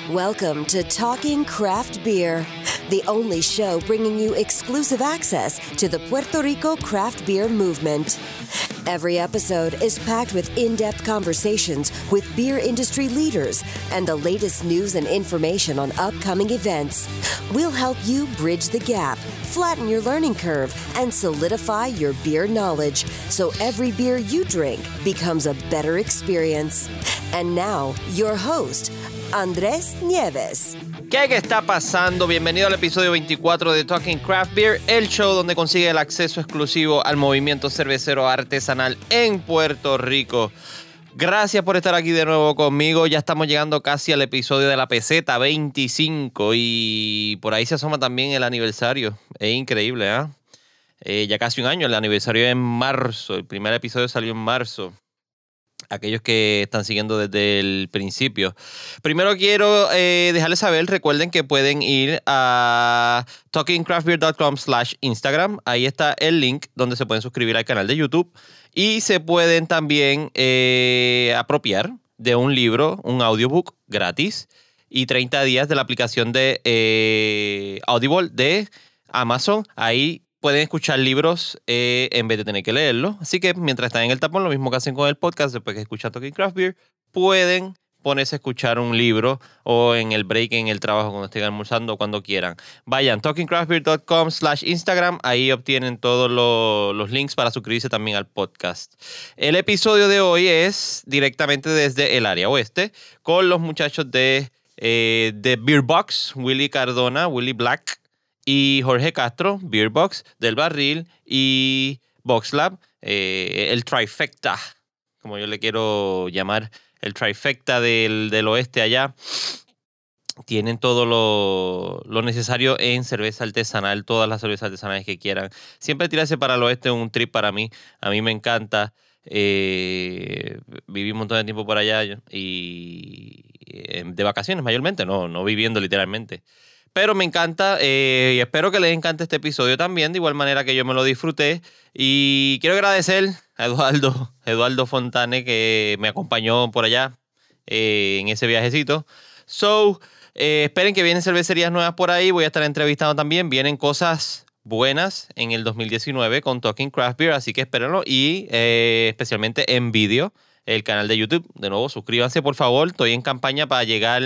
Welcome to Talking Craft Beer, the only show bringing you exclusive access to the Puerto Rico craft beer movement. Every episode is packed with in-depth conversations with beer industry leaders and the latest news and information on upcoming events. We'll help you bridge the gap, flatten your learning curve, and solidify your beer knowledge so every beer you drink becomes a better experience. And now, your host, Andrés Nieves. ¿Qué está pasando? Bienvenido al episodio 24 de Talking Craft Beer, el show donde consigue el acceso exclusivo al movimiento cervecero artesanal en Puerto Rico. Gracias por estar aquí de nuevo conmigo. Ya estamos llegando casi al episodio de la peseta 25 y por ahí se asoma también el aniversario. Es increíble, ¿eh? Ya casi un año, el aniversario es en marzo. El primer episodio salió en marzo. Aquellos que están siguiendo desde el principio. Primero quiero dejarles saber, recuerden que pueden ir a talkingcraftbeer.com/Instagram. Ahí está el link donde se pueden suscribir al canal de YouTube. Y se pueden también apropiar de un libro, un audiobook gratis. Y 30 días de la aplicación de Audible de Amazon. Ahí pueden escuchar libros en vez de tener que leerlos. Así que mientras están en el tapón, lo mismo que hacen con el podcast, después que escuchan Talking Craft Beer, pueden ponerse a escuchar un libro o en el break, en el trabajo, cuando estén almorzando o cuando quieran. Vayan, talkingcraftbeer.com/Instagram. Ahí obtienen todos los links para suscribirse también al podcast. El episodio de hoy es directamente desde el área oeste con los muchachos de Beer Box, Willy Cardona, Willy Black, y Jorge Castro, Beer Box, Del Barril y Box Lab, el trifecta, como yo le quiero llamar, el trifecta del oeste allá. Tienen todo lo necesario en cerveza artesanal, todas las cervezas artesanales que quieran. Siempre tirarse para el oeste es un trip para mí. A mí me encanta. Viví un montón de tiempo por allá y de vacaciones mayormente, no viviendo literalmente. Pero me encanta y espero que les encante este episodio también, de igual manera que yo me lo disfruté. Y quiero agradecer a Eduardo Fontane, que me acompañó por allá en ese viajecito. Esperen que vienen cervecerías nuevas por ahí. Voy a estar entrevistando también. Vienen cosas buenas en el 2019 con Talking Craft Beer, así que espérenlo. Y especialmente en vídeo, el canal de YouTube. De nuevo, suscríbanse, por favor. Estoy en campaña para llegar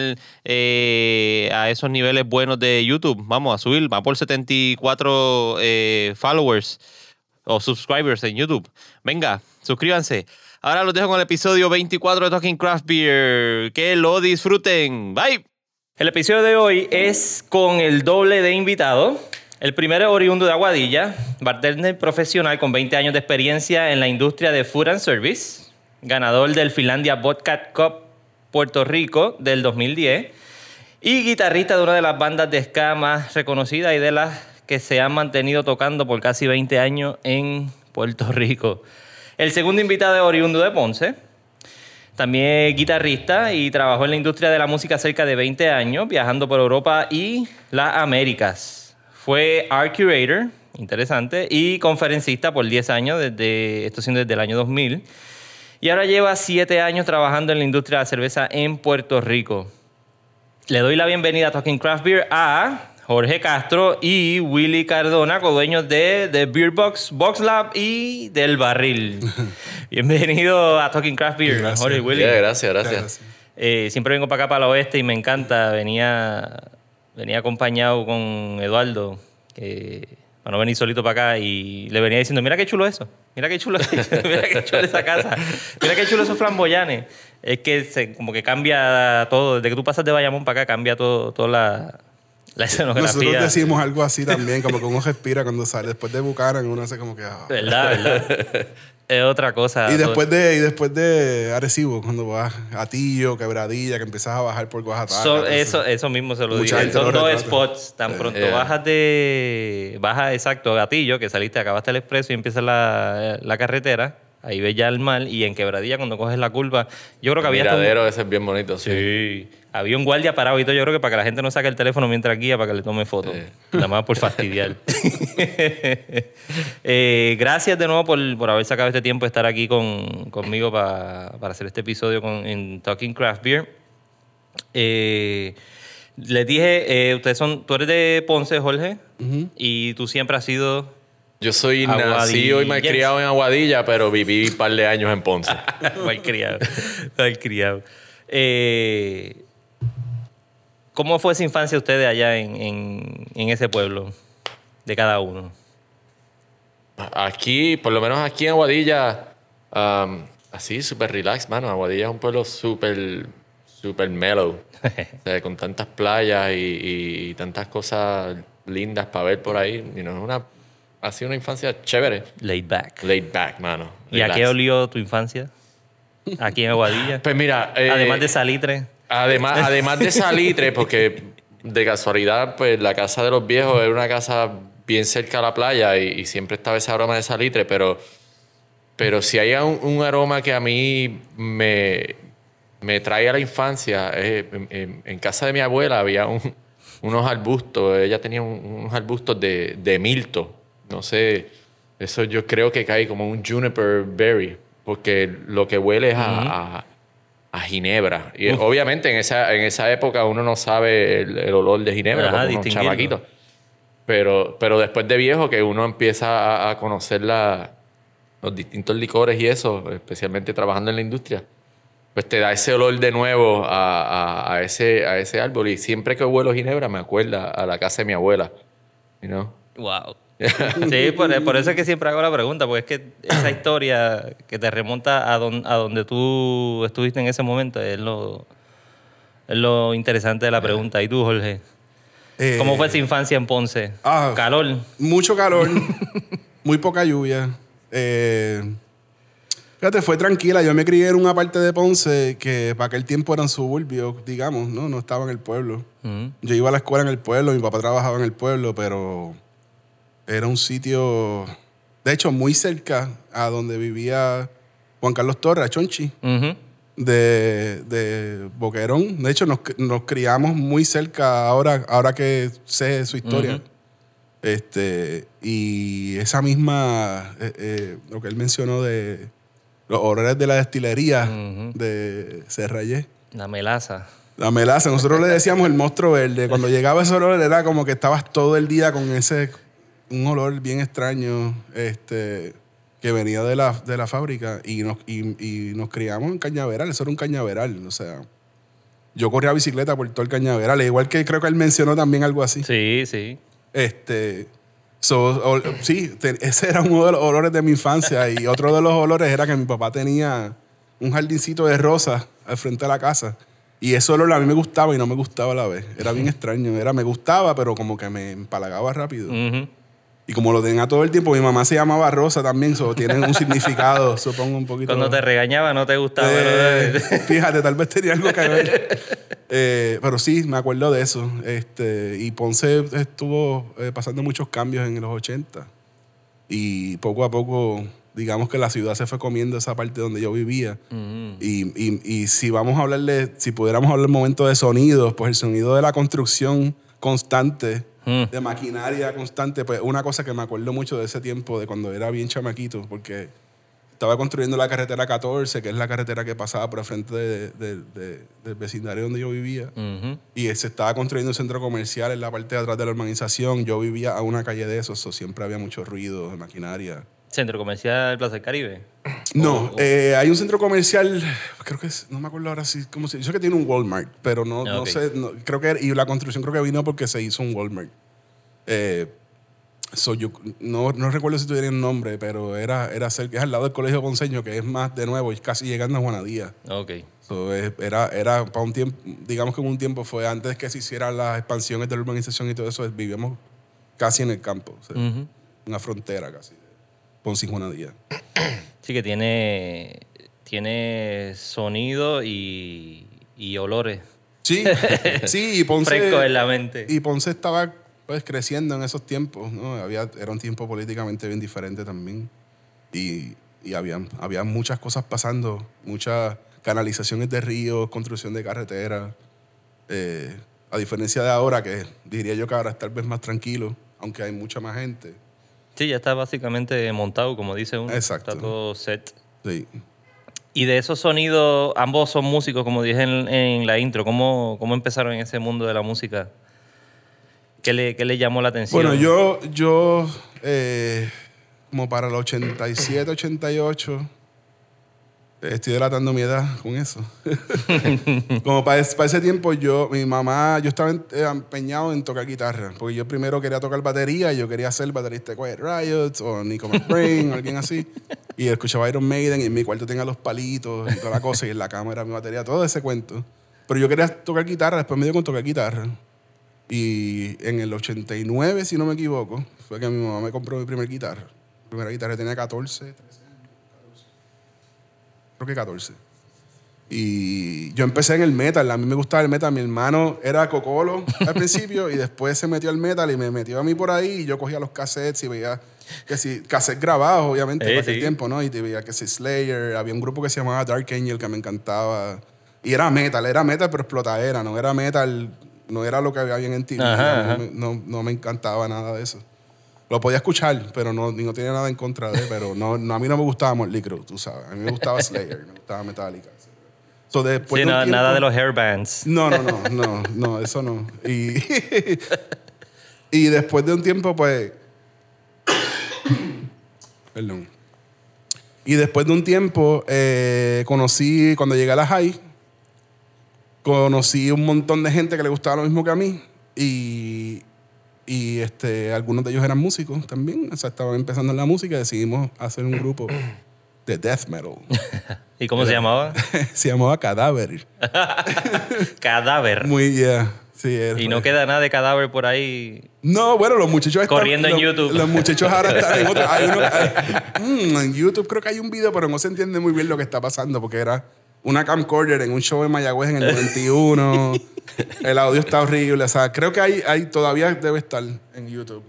a esos niveles buenos de YouTube. Vamos a subir. Va por 74 followers o subscribers en YouTube. Venga, suscríbanse. Ahora los dejo con el episodio 24 de Talking Craft Beer. Que lo disfruten. Bye. El episodio de hoy es con el doble de invitado. El primero es oriundo de Aguadilla, bartender profesional con 20 años de experiencia en la industria de food and service. Ganador del Finlandia Vodka Cup Puerto Rico del 2010 y guitarrista de una de las bandas de ska más reconocidas y de las que se han mantenido tocando por casi 20 años en Puerto Rico. El segundo invitado es oriundo de Ponce. También es guitarrista y trabajó en la industria de la música cerca de 20 años, viajando por Europa y las Américas. Fue Art Curator, interesante, y conferencista por 10 años, desde el año 2000. Y ahora lleva 7 años trabajando en la industria de la cerveza en Puerto Rico. Le doy la bienvenida a Talking Craft Beer a Jorge Castro y Willy Cardona, codueños de Beer Box, Box Lab y Del Barril. Bienvenido a Talking Craft Beer, gracias. Jorge y Willy. Gracias. Siempre vengo para acá, para el oeste, y me encanta. Venía acompañado con Eduardo, para no venir solito para acá, y le venía diciendo, mira qué chulo eso, mira qué chulo esa casa, mira qué chulo esos flamboyanes. Es que como que cambia todo, desde que tú pasas de Bayamón para acá cambia toda la escenografía. Nosotros decimos algo así también, como que uno respira cuando sale. Después de Buchanan uno hace como que... ¿Verdad? Es otra cosa. Y después de Arecibo, cuando vas a Tillo, Quebradilla, que empiezas a bajar por Oaxaca. Eso mismo se lo dije. Son dos spots. Tan pronto bajas exacto, Gatillo, que saliste, acabaste el expreso y empieza la carretera. Ahí ves ya el mar. Y en Quebradilla, cuando coges la curva, yo creo que había... El miradero ese es bien bonito. Sí. Había un guardia parado y todo. Yo creo que para que la gente no saque el teléfono mientras guía, para que le tome fotos. Nada más por fastidiar. Gracias de nuevo por haber sacado este tiempo de estar aquí conmigo para hacer este episodio en Talking Craft Beer. Les dije, tú eres de Ponce, Jorge, y tú siempre has sido... Yo soy nacido y malcriado en Aguadilla, pero viví un par de años en Ponce. Malcriado. Malcriado. ¿Cómo fue esa infancia de ustedes allá en ese pueblo, de cada uno? Aquí, por lo menos aquí en Aguadilla, así, súper relax, mano. Aguadilla es un pueblo súper mellow. O sea, con tantas playas y tantas cosas lindas para ver por ahí. Ha sido una infancia chévere. Laid back. Laid back, mano. ¿Y a qué olió tu infancia? Aquí en Aguadilla. Pues mira... además de salitre. Además de salitre, porque de casualidad, pues la casa de los viejos era una casa bien cerca a la playa y siempre estaba ese aroma de salitre, pero si hay un aroma que a mí me trae a la infancia, en casa de mi abuela había unos arbustos, ella tenía unos arbustos de milto, no sé, eso yo creo que cae como un juniper berry, porque lo que huele es a ginebra. Y obviamente en esa época uno no sabe el olor de ginebra, porque uno es un chamaquito. Pero después de viejo que uno empieza a conocer los distintos licores y eso, especialmente trabajando en la industria, pues te da ese olor de nuevo a ese árbol. Y siempre que huelo ginebra me acuerda a la casa de mi abuela. You know? Wow. Sí, por eso es que siempre hago la pregunta, porque es que esa historia que te remonta a donde tú estuviste en ese momento es lo interesante de la pregunta. ¿Y tú, Jorge? ¿Cómo fue esa infancia en Ponce? ¿Calor? Mucho calor, muy poca lluvia. Fíjate, fue tranquila. Yo me crié en una parte de Ponce que para aquel tiempo eran suburbios, digamos, no estaba en el pueblo. Yo iba a la escuela en el pueblo, mi papá trabajaba en el pueblo, pero... Era un sitio, de hecho, muy cerca a donde vivía Juan Carlos Torres, Chonchi, de Boquerón. De hecho, nos criamos muy cerca ahora que sé su historia. Y esa misma, lo que él mencionó de los olores de la destilería de Serrayé. La melaza. La melaza. Nosotros le decíamos el monstruo verde. Cuando llegaba ese olor era como que estabas todo el día con un olor bien extraño que venía de la fábrica y nos criamos en Cañaveral. Eso era un cañaveral. O sea, yo corría bicicleta por todo el cañaveral. Igual que creo que él mencionó también algo así. Sí, sí. Sí, ese era uno de los olores de mi infancia. Y otro de los olores era que mi papá tenía un jardincito de rosas al frente de la casa. Y ese olor a mí me gustaba y no me gustaba a la vez. Era bien extraño. Me gustaba, pero como que me empalagaba rápido. Y como lo tenía todo el tiempo, mi mamá se llamaba Rosa también, tiene un significado, supongo, un poquito. Cuando te regañaba no te gustaba. Fíjate, tal vez tenía algo que ver. Pero sí, me acuerdo de eso. Y Ponce estuvo pasando muchos cambios en los 80. Y poco a poco, digamos que la ciudad se fue comiendo esa parte donde yo vivía. Y si vamos a si pudiéramos hablar del momento de sonidos, pues el sonido de la construcción constante, de maquinaria constante, pues una cosa que me acuerdo mucho de ese tiempo, de cuando era bien chamaquito, porque estaba construyendo la carretera 14, que es la carretera que pasaba por el frente del vecindario donde yo vivía. Y se estaba construyendo un centro comercial en la parte de atrás de la urbanización. Yo vivía a una calle de esos, siempre había mucho ruido de maquinaria. ¿Centro comercial Plaza del Caribe? No, hay un centro comercial, creo que es, no me acuerdo ahora si, ¿cómo se dice? Yo sé que tiene un Walmart, pero no sé, creo que, y la construcción creo que vino porque se hizo un Walmart. Yo no recuerdo si tuviera un nombre, pero era cerca, es al lado del Colegio Ponceño, que es más de nuevo, casi llegando a Juanadía. Era para un tiempo, digamos que en un tiempo fue antes que se hicieran las expansiones de la urbanización y todo eso, vivíamos casi en el campo, o sea, una frontera casi. Ponce y Juanadía. Sí, que tiene sonido y olores. Sí, y Ponce... Fresco en la mente. Y Ponce estaba pues creciendo en esos tiempos, ¿no? Era un tiempo políticamente bien diferente también. Y había muchas cosas pasando, muchas canalizaciones de ríos, construcción de carreteras. A diferencia de ahora, que diría yo que ahora es tal vez más tranquilo, aunque hay mucha más gente. Sí, ya está básicamente montado, como dice uno. Exacto. Está todo set. Sí. Y de esos sonidos, ambos son músicos, como dije en la intro. ¿Cómo empezaron en ese mundo de la música? ¿Qué le llamó la atención? Bueno, yo como para el 87, 88, estoy delatando mi edad con eso. Como para ese tiempo, yo estaba empeñado en tocar guitarra, porque yo primero quería tocar batería, y yo quería ser baterista de Quiet Riot o Nico McBrain o alguien así. Y escuchaba Iron Maiden, y en mi cuarto tenía los palitos y toda la cosa, y en la cama era mi batería, todo ese cuento. Pero yo quería tocar guitarra, después me dio con tocar guitarra. Y en el 89, si no me equivoco, fue que mi mamá me compró mi primera guitarra. Mi primera guitarra tenía 14, 13 años. Creo que 14. Y yo empecé en el metal. A mí me gustaba el metal. Mi hermano era cocolo al principio y después se metió al metal y me metió a mí por ahí. Y yo cogía los cassettes y veía que si cassettes grabados, obviamente, para aquel tiempo, ¿no? Y te veía que si Slayer. Había un grupo que se llamaba Dark Angel que me encantaba. Y era metal, pero explotadera. No era metal, no era lo que había bien en TV. No me encantaba nada de eso. Lo podía escuchar, pero no tenía nada en contra de él. Pero no, a mí no me gustaba Motley Crue, tú sabes. A mí me gustaba Slayer, me gustaba Metallica. So, después de nada de los hair bands. No, eso no. Y después de un tiempo, pues... Perdón. Y después de un tiempo, conocí, cuando llegué a la high, conocí un montón de gente que le gustaba lo mismo que a mí. Y algunos de ellos eran músicos también. O sea, estaban empezando en la música y decidimos hacer un grupo de death metal. ¿Y cómo se llamaba? Se llamaba Cadáver. Cadáver. Muy, sí. ¿Y no queda nada de Cadáver por ahí? No, bueno, los muchachos corriendo en YouTube. Los muchachos ahora están en otro. En YouTube creo que hay un video, pero no se entiende muy bien lo que está pasando porque era una camcorder en un show en Mayagüez en el 91. El audio está horrible. O sea, creo que hay todavía debe estar en YouTube.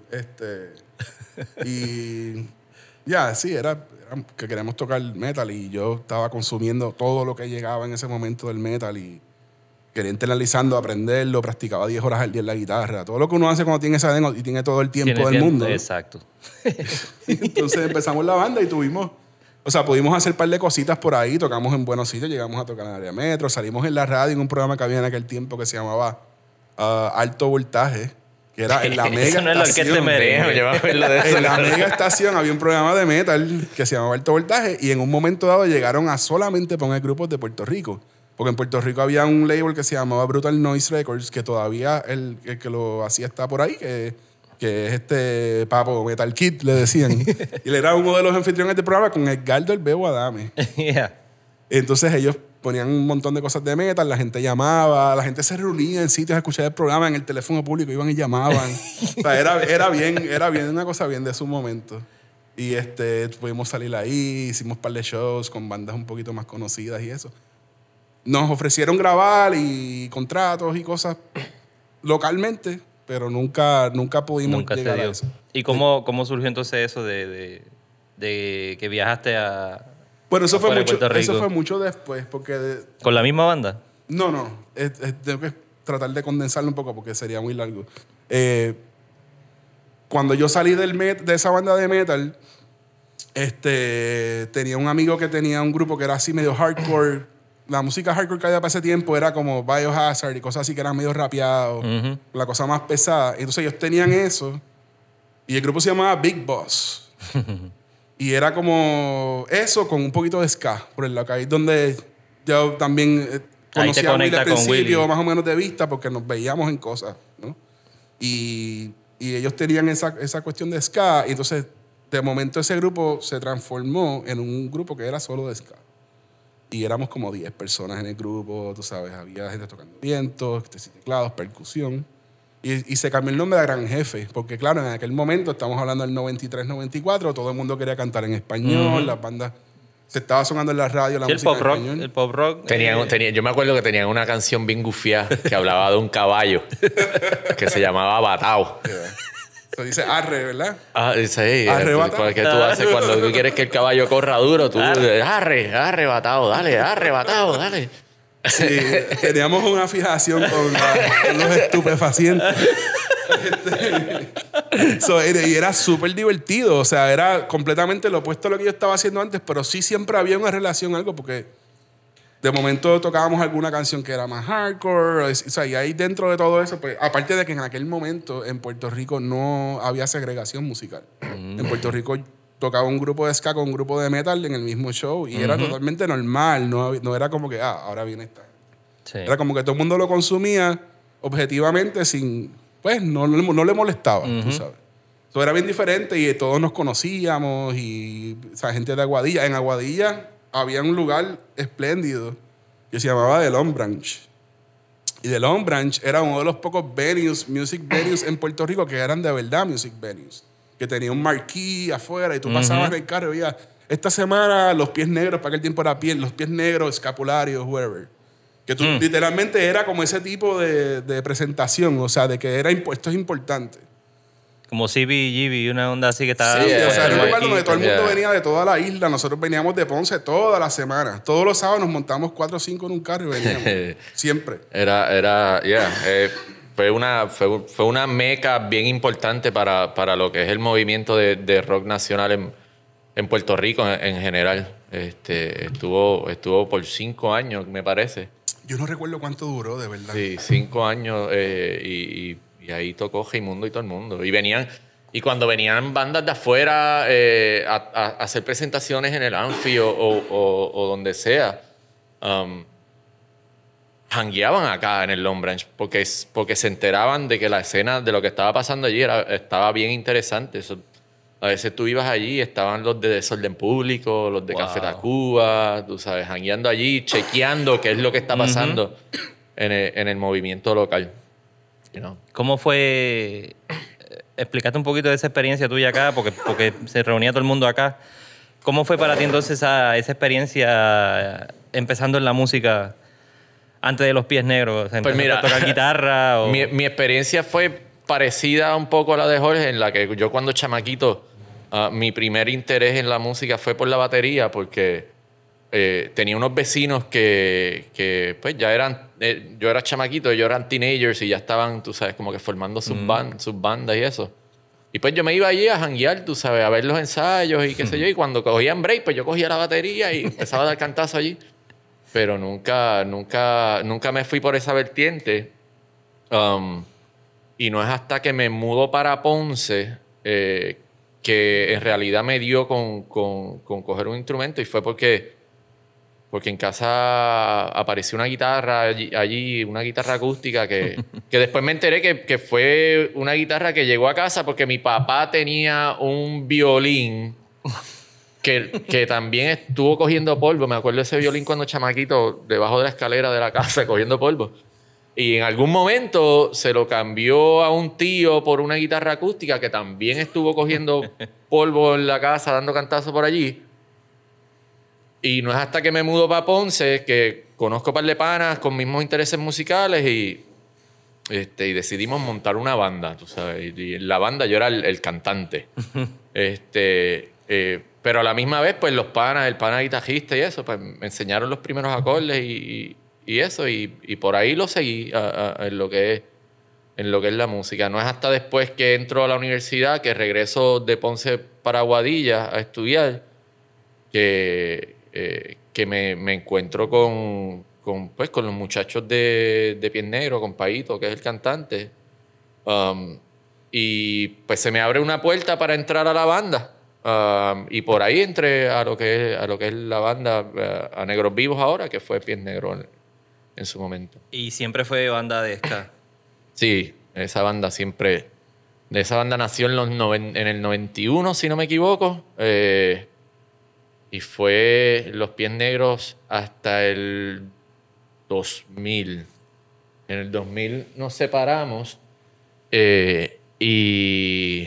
Y sí, era que queríamos tocar metal y yo estaba consumiendo todo lo que llegaba en ese momento del metal y quería internalizando, aprenderlo, practicaba 10 horas al día en la guitarra. Todo lo que uno hace cuando tiene esa demo y tiene todo el tiempo del mundo. Exacto. Entonces empezamos la banda y pudimos hacer un par de cositas por ahí, tocamos en buenos sitios, llegamos a tocar en Área Metro, salimos en la radio en un programa que había en aquel tiempo que se llamaba Alto Voltaje, que era en la mega eso no es estación. En la mega estación había un programa de metal que se llamaba Alto Voltaje y en un momento dado llegaron a solamente poner grupos de Puerto Rico. Porque en Puerto Rico había un label que se llamaba Brutal Noise Records, que todavía el que lo hacía está por ahí, que es Papo Metal Kid, le decían. Y él era uno de los anfitriones del programa con Edgardo el Bebo Adame. Entonces ellos ponían un montón de cosas de metal, la gente llamaba, la gente se reunía en sitios a escuchar el programa, en el teléfono público iban y llamaban. O sea, era bien, una cosa bien de su momento. Y pudimos salir ahí, hicimos un par de shows con bandas un poquito más conocidas y eso. Nos ofrecieron grabar y contratos y cosas localmente, pero nunca pudimos llegar a eso. ¿Y cómo surgió entonces eso de que viajaste a... Bueno, eso fue mucho después, porque... ¿Con la misma banda? No. Tengo que tratar de condensarlo un poco porque sería muy largo. Cuando yo salí de esa banda de metal, tenía un amigo que tenía un grupo que era así medio hardcore. La música hardcore que había para ese tiempo era como Biohazard y cosas así que eran medio rapeados, la cosa más pesada. Entonces ellos tenían eso y el grupo se llamaba Big Boss. Y era como eso con un poquito de ska por el lado, ahí donde yo también conocí a Willy al principio, más o menos de vista, porque nos veíamos en cosas, ¿no? Y ellos tenían esa cuestión de ska, y entonces de momento ese grupo se transformó en un grupo que era solo de ska. Y éramos como 10 personas en el grupo, tú sabes, había gente tocando vientos, teclados, percusión. Y se cambió el nombre de Gran Jefe, porque claro, en aquel momento, estamos hablando del 93, 94, todo el mundo quería cantar en español, las bandas, se estaba sonando en la radio la música en español. El pop rock. Yo me acuerdo que tenían una canción bien gufiada que hablaba de un caballo que se llamaba Batao. Se dice arre, ¿verdad? Sí. Arre, Batao. Porque tú haces cuando tú quieres que el caballo corra duro, tú arre, Batao, dale, arre, Batao, dale. Sí, teníamos una fijación con los estupefacientes. Y era súper divertido. O sea, era completamente lo opuesto a lo que yo estaba haciendo antes, pero sí siempre había una relación, algo, porque de momento tocábamos alguna canción que era más hardcore. O sea, y ahí dentro de todo eso, pues, aparte de que en aquel momento en Puerto Rico no había segregación musical. En Puerto Rico tocaba un grupo de ska con un grupo de metal en el mismo show y era totalmente normal. No era como que, ahora viene esta. Sí. Era como que todo el mundo lo consumía objetivamente sin... Pues no le molestaba, tú sabes. Eso era bien diferente y todos nos conocíamos y gente de Aguadilla. En Aguadilla había un lugar espléndido que se llamaba The Long Branch. Y The Long Branch era uno de los pocos venues, music venues en Puerto Rico que eran de verdad music venues. Que tenía un marquee afuera y tú pasabas en el carro y veías, esta semana Los Pies Negros, para aquel tiempo era Los Pies Negros, Escapularios, whatever. Que tú literalmente era como ese tipo de presentación, o sea, de que esto es importante. Como CBGB, una onda así que estaba... Sí, o sea, era un lugar aquí. donde todo el mundo venía de toda la isla. Nosotros veníamos de Ponce toda la semana. Todos los sábados nos montamos 4 o 5 en un carro y veníamos. Siempre. Fue una meca bien importante para lo que es el movimiento de rock nacional en Puerto Rico en general. Estuvo por 5 años, me parece. Yo no recuerdo cuánto duró, de verdad. Sí, 5 años y ahí tocó Raimundo y todo el mundo. Y cuando venían bandas de afuera a hacer presentaciones en el Anfi o donde sea, jangueaban acá en el Long Branch porque se enteraban de que la escena de lo que estaba pasando allí estaba bien interesante. A veces tú ibas allí y estaban los de Desorden Público, los de Café Tacuba, tú sabes, jangueando allí, chequeando qué es lo que está pasando en el movimiento local. You know. ¿Cómo fue? Explícate un poquito de esa experiencia tuya acá, porque se reunía todo el mundo acá. ¿Cómo fue para ti entonces esa experiencia empezando en la música antes de Los Pies Negros? Pues mira, a tocar guitarra? O... mi experiencia fue parecida un poco a la de Jorge, en la que yo cuando chamaquito, mi primer interés en la música fue por la batería, porque tenía unos vecinos que pues ya eran, yo era chamaquito, ellos eran teenagers y ya estaban, tú sabes, como que formando sus bandas y eso. Y pues yo me iba allí a janguear, tú sabes, a ver los ensayos y qué sé yo, y cuando cogían break, pues yo cogía la batería y empezaba a dar cantazo allí. Pero nunca me fui por esa vertiente. Y no es hasta que me mudo para Ponce que en realidad me dio con coger un instrumento, y fue porque en casa apareció una guitarra allí, una guitarra acústica que después me enteré que fue una guitarra que llegó a casa porque mi papá tenía un violín que también estuvo cogiendo polvo. Me acuerdo de ese violín cuando chamaquito, debajo de la escalera de la casa, cogiendo polvo. Y en algún momento se lo cambió a un tío por una guitarra acústica que también estuvo cogiendo polvo en la casa, dando cantazos por allí. Y no es hasta que me mudo para Ponce que conozco un par de panas con mismos intereses musicales y decidimos montar una banda, tú sabes. Y en la banda yo era el cantante. Pero a la misma vez, pues el pana guitarrista y eso, pues me enseñaron los primeros acordes y eso. Y por ahí lo seguí en lo que es la música. No es hasta después que entro a la universidad, que regreso de Ponce para Aguadilla a estudiar, que me encuentro con los muchachos de Pies Negros, con Paito, que es el cantante. Y pues se me abre una puerta para entrar a la banda. Y por ahí entré a lo que es la banda, a Negros Vivos ahora, que fue Pies Negros en su momento. ¿Y siempre fue banda de ska? Sí, esa banda siempre... Esa banda nació en el 91, si no me equivoco. Y fue Los Pies Negros hasta el 2000. En el 2000 nos separamos y...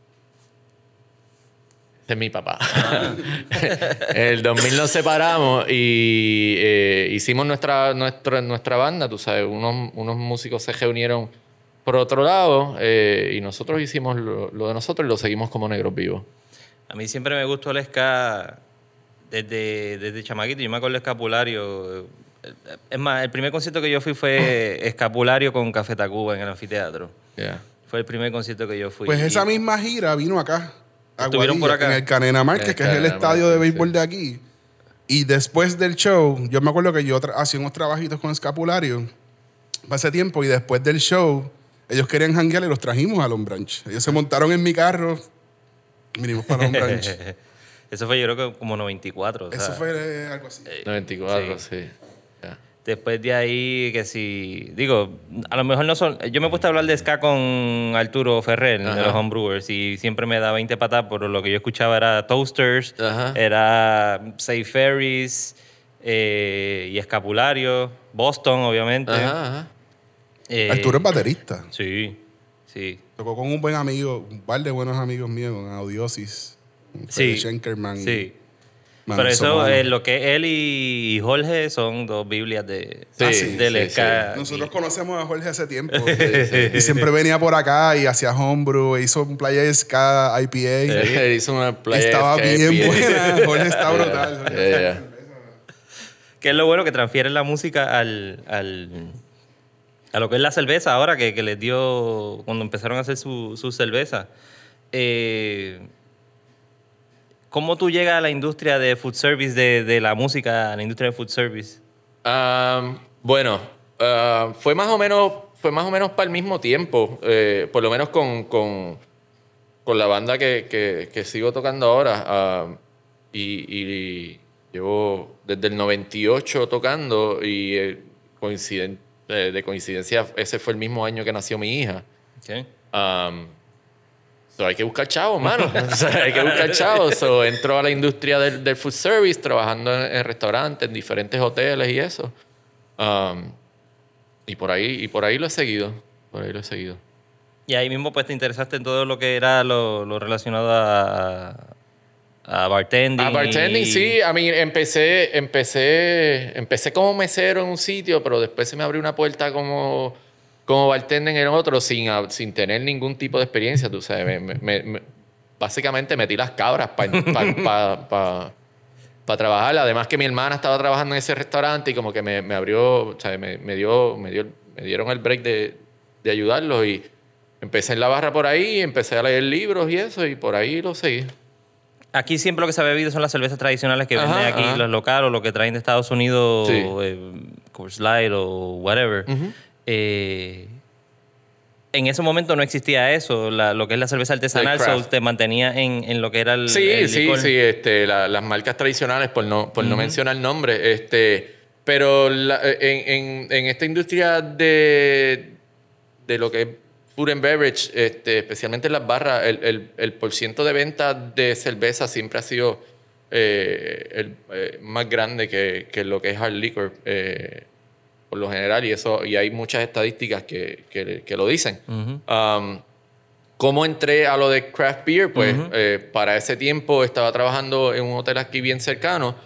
Ese es mi papá. En el 2000 nos separamos y hicimos nuestra banda, tú sabes. Unos músicos se reunieron por otro lado y nosotros hicimos lo de nosotros y lo seguimos como Negros Vivos. A mí siempre me gustó el ska desde chamaquito. Yo me acuerdo del Escapulario. Es más, el primer concierto que yo fui fue Escapulario con Café Tacuba en el anfiteatro. Yeah. Fue el primer concierto que yo fui. Pues esa misma gira vino acá. A ¿Estuvieron por Guadilla, acá? en el Canena Márquez, que es el Canena estadio de Márquez, béisbol sí. de aquí. Y después del show, yo me acuerdo que yo hacía unos trabajitos con Escapulario hace tiempo y después del show, ellos querían janguear y los trajimos a Long Branch. Ellos se montaron en mi carro, vinimos para Long Branch. Eso fue yo creo que como 94. o sea, Eso fue algo así. 94, sí. Ya. Después de ahí, que si... Digo, a lo mejor no son... Yo me he puesto a hablar de ska con Arturo Ferrer, de Ajá. los Homebrewers, y siempre me da 20 patas, pero lo que yo escuchaba era Toasters, Ajá. era Safe Ferries, y Escapulario, Boston, obviamente. Ajá, ajá. Arturo es baterista. Sí, sí. Tocó con un buen amigo, un par de buenos amigos míos, con Audiosis, con Sí. Fede Schenkerman. Sí. Manuel Pero eso, Solano. lo que él y Jorge son dos Biblias de, Sí, del sí, ska. Nosotros conocemos a Jorge hace tiempo. Y siempre venía por acá y hacía homebrew, hizo un playa de ska IPA. Él hizo una playa. Estaba de bien Skype. buena. Jorge está brutal. Ya, ya. Que es lo bueno que transfieren la música a lo que es la cerveza ahora, que les dio cuando empezaron a hacer su cerveza. ¿Cómo tú llegas a la industria de food service, de la música, a la industria de food service? Bueno, fue más o menos para el mismo tiempo, por lo menos con la banda que sigo tocando ahora. Y llevo desde el 98 tocando y de coincidencia ese fue el mismo año que nació mi hija. Okay. So hay que buscar chavos, mano. O sea, hay que buscar chavos. So, entró a la industria del food service, trabajando en restaurantes, en diferentes hoteles y eso. Y por ahí lo he seguido. Por ahí lo he seguido. Y ahí mismo pues te interesaste en todo lo que era lo relacionado a bartending. A bartending, sí. A mí empecé como mesero en un sitio, pero después se me abrió una puerta como bartender en otro sin tener ningún tipo de experiencia, tú sabes. Básicamente metí las cabras para trabajar. Además que mi hermana estaba trabajando en ese restaurante y como que me abrió, o sea, me dieron el break de ayudarlos y empecé en la barra por ahí, empecé a leer libros y eso y por ahí lo seguí. Aquí siempre lo que se ha bebido son las cervezas tradicionales que venden aquí, ajá. los locales o lo que traen de Estados Unidos, Sí. Coors Light o whatever. Ujú. En ese momento no existía eso, lo que es la cerveza artesanal, El craft. so te mantenía en lo que era el Sí, licor. las marcas tradicionales, por no mencionar nombres, pero en esta industria de lo que es food and beverage, especialmente en las barras, el porciento de venta de cerveza siempre ha sido más grande que lo que es hard liquor, por lo general, y hay muchas estadísticas que lo dicen. Ujú. ¿Cómo entré a lo de craft beer? Pues para ese tiempo estaba trabajando en un hotel aquí bien cercano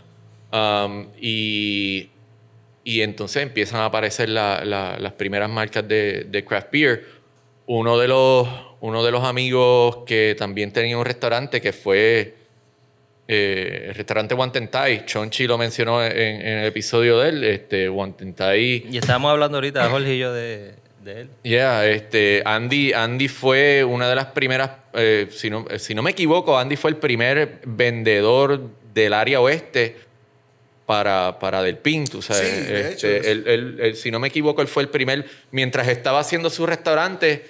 y entonces empiezan a aparecer las primeras marcas de craft beer. Uno de los amigos que también tenía un restaurante que fue el restaurante Wantentai, Chonchi lo mencionó en el episodio de él, Wantentai. Y estábamos hablando ahorita, Jorge y yo, de él. Yeah, Andy fue una de las primeras, si no me equivoco, Andy fue el primer vendedor del área oeste para Del Pin, tú sabes. Sí, de hecho. Él, si no me equivoco, él fue el primer, mientras estaba haciendo su restaurante,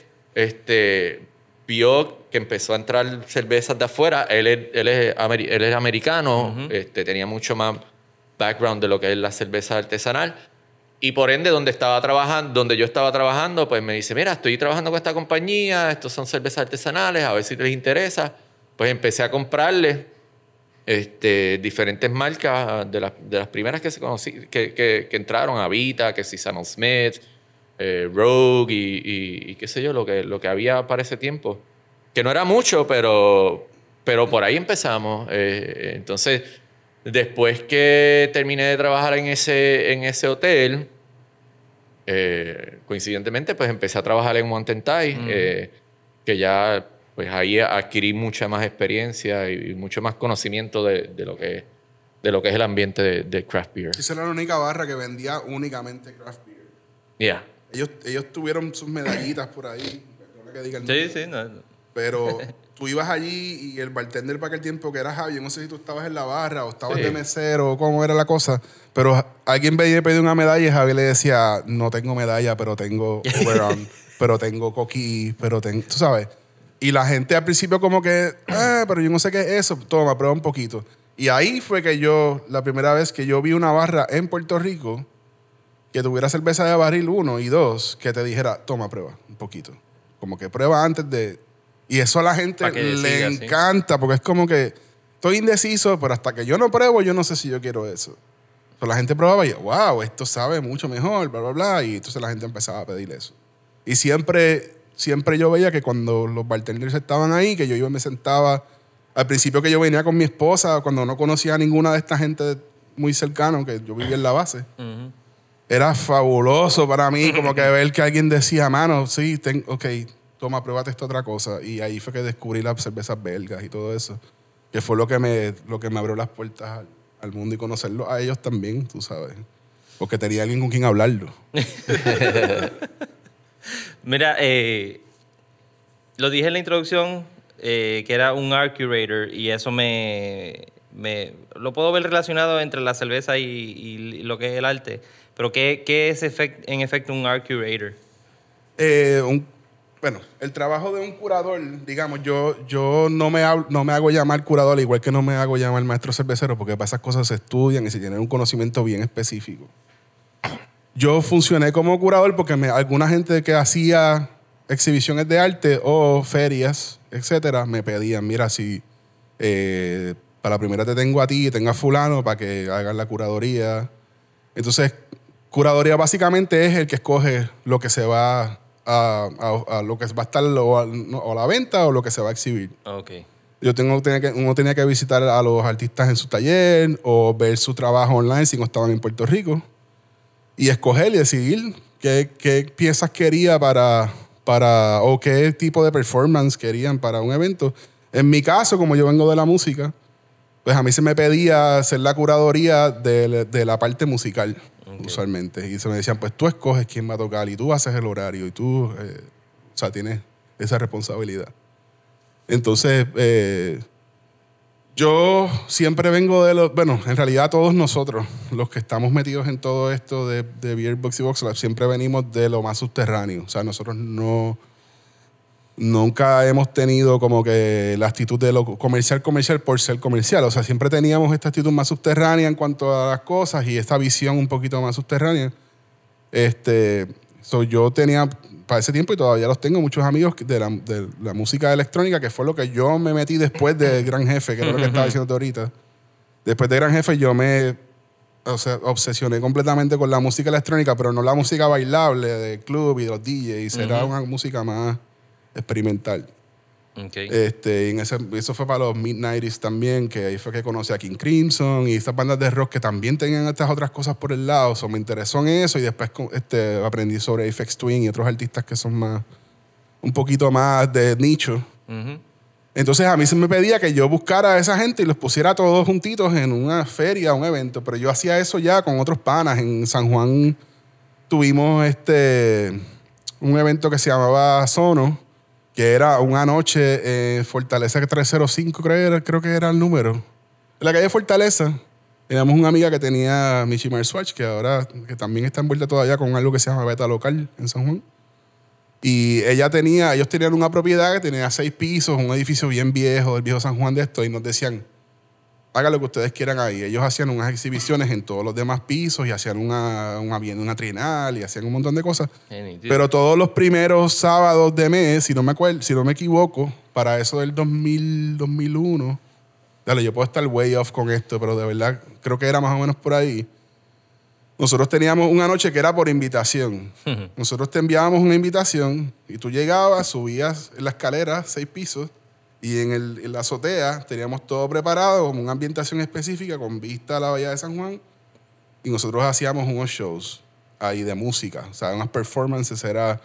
vio que empezó a entrar cervezas de afuera. Él es americano, tenía mucho más background de lo que es la cerveza artesanal. Y por ende, donde yo estaba trabajando, pues me dice, mira, estoy trabajando con esta compañía, estos son cervezas artesanales, a ver si les interesa. Pues empecé a comprarle diferentes marcas de las primeras que se que entraron, Avita, que si Samuel Smith, Rogue y qué sé yo, lo que había para ese tiempo. Que no era mucho, pero por ahí empezamos. Entonces, después que terminé de trabajar en ese hotel, coincidentemente, pues empecé a trabajar en Mountain Thai, que ya, pues ahí adquirí mucha más experiencia y mucho más conocimiento de lo que es el ambiente de craft beer. Esa era la única barra que vendía únicamente craft beer. Yeah. Ellos tuvieron sus medallitas por ahí. que diga el Sí, nombre. sí, no. Pero tú ibas allí y el bartender para aquel tiempo que era Javi, yo no sé si tú estabas en la barra o estabas de mesero o cómo era la cosa, pero alguien venía y pedía una medalla y Javi le decía, no tengo medalla, pero tengo overarm, pero tengo coquí, pero tengo, tú sabes. Y la gente al principio como que, pero yo no sé qué es eso, toma, prueba un poquito. Y ahí fue que la primera vez que yo vi una barra en Puerto Rico que tuviera cerveza de barril 1 y 2, que te dijera, toma, prueba un poquito. Como que prueba antes de... Y eso a la gente le encanta, porque es como que estoy indeciso, pero hasta que yo no pruebo, yo no sé si yo quiero eso. Pero la gente probaba y, wow, esto sabe mucho mejor, bla, bla, bla. Y entonces la gente empezaba a pedir eso. Y siempre yo veía que cuando los bartenders estaban ahí, que yo iba y me sentaba... Al principio que yo venía con mi esposa, cuando no conocía a ninguna de esta gente muy cercana, que yo vivía en la base, era fabuloso para mí como que ver que alguien decía, mano, sí, ok, toma, pruébate esta otra cosa. Y ahí fue que descubrí las cervezas belgas y todo eso, que fue lo que me abrió las puertas al mundo y conocerlo a ellos también, tú sabes, porque tenía alguien con quien hablarlo. Mira, lo dije en la introducción, que era un art curator, y eso lo puedo ver relacionado entre la cerveza y lo que es el arte. Pero ¿qué es en efecto un art curator? Bueno, el trabajo de un curador, digamos, yo no me hago llamar curador, igual que no me hago llamar maestro cervecero, porque para esas cosas se estudian y se tienen un conocimiento bien específico. Yo funcioné como curador porque alguna gente que hacía exhibiciones de arte o ferias, etcétera, me pedían, mira, si para la primera te tengo a ti y tengo a fulano para que hagan la curaduría. Entonces, curaduría básicamente es el que escoge lo que se va a lo que va a estar o a la venta o lo que se va a exhibir. Okay. Uno tenía que visitar a los artistas en su taller o ver su trabajo online si no estaban en Puerto Rico y escoger y decidir qué piezas quería o qué tipo de performance querían para un evento. En mi caso, como yo vengo de la música, pues a mí se me pedía hacer la curaduría de la parte musical, usualmente. Y se me decían, pues tú escoges quién va a tocar y tú haces el horario y tú, o sea, tienes esa responsabilidad. Entonces, yo siempre vengo bueno, en realidad todos nosotros, los que estamos metidos en todo esto de Beer Box y Box Lab, siempre venimos de lo más subterráneo. O sea, nosotros nunca hemos tenido como que la actitud de lo comercial por ser comercial. O sea, siempre teníamos esta actitud más subterránea en cuanto a las cosas y esta visión un poquito más subterránea. Yo tenía para ese tiempo, y todavía los tengo, muchos amigos de la música electrónica, que fue lo que yo me metí después de Gran Jefe, que era lo que estaba diciendo ahorita. Después de Gran Jefe yo me obsesioné completamente con la música electrónica, pero no la música bailable de club y de los DJs. Era una música más experimental. Okay. Y eso fue para los mid-90s también, que ahí fue que conocí a King Crimson y estas bandas de rock que también tenían estas otras cosas por el lado. Me interesó en eso y después aprendí sobre Aphex Twin y otros artistas que son un poquito más de nicho. Entonces a mí se me pedía que yo buscara a esa gente y los pusiera todos juntitos en una feria, un evento, pero yo hacía eso ya con otros panas. En San Juan tuvimos un evento que se llamaba Sono, que era una noche en Fortaleza 305, creo que era el número. En la calle Fortaleza teníamos una amiga que tenía Michimar Swatch, que también está envuelta todavía con algo que se llama Beta Local en San Juan. Y ellos tenían una propiedad que tenía 6 pisos, un edificio bien viejo, del viejo San Juan de esto, y nos decían, hagan lo que ustedes quieran ahí. Ellos hacían unas exhibiciones en todos los demás pisos y hacían una trienal y hacían un montón de cosas. Pero todos los primeros sábados de mes, si no me equivoco, para eso del 2001, dale, yo puedo estar way off con esto, pero de verdad creo que era más o menos por ahí. Nosotros teníamos una noche que era por invitación. Nosotros te enviábamos una invitación y tú llegabas, subías en la escalera 6 pisos y en la azotea teníamos todo preparado como una ambientación específica con vista a la bahía de San Juan y nosotros hacíamos unos shows ahí de música, o sea, unas performances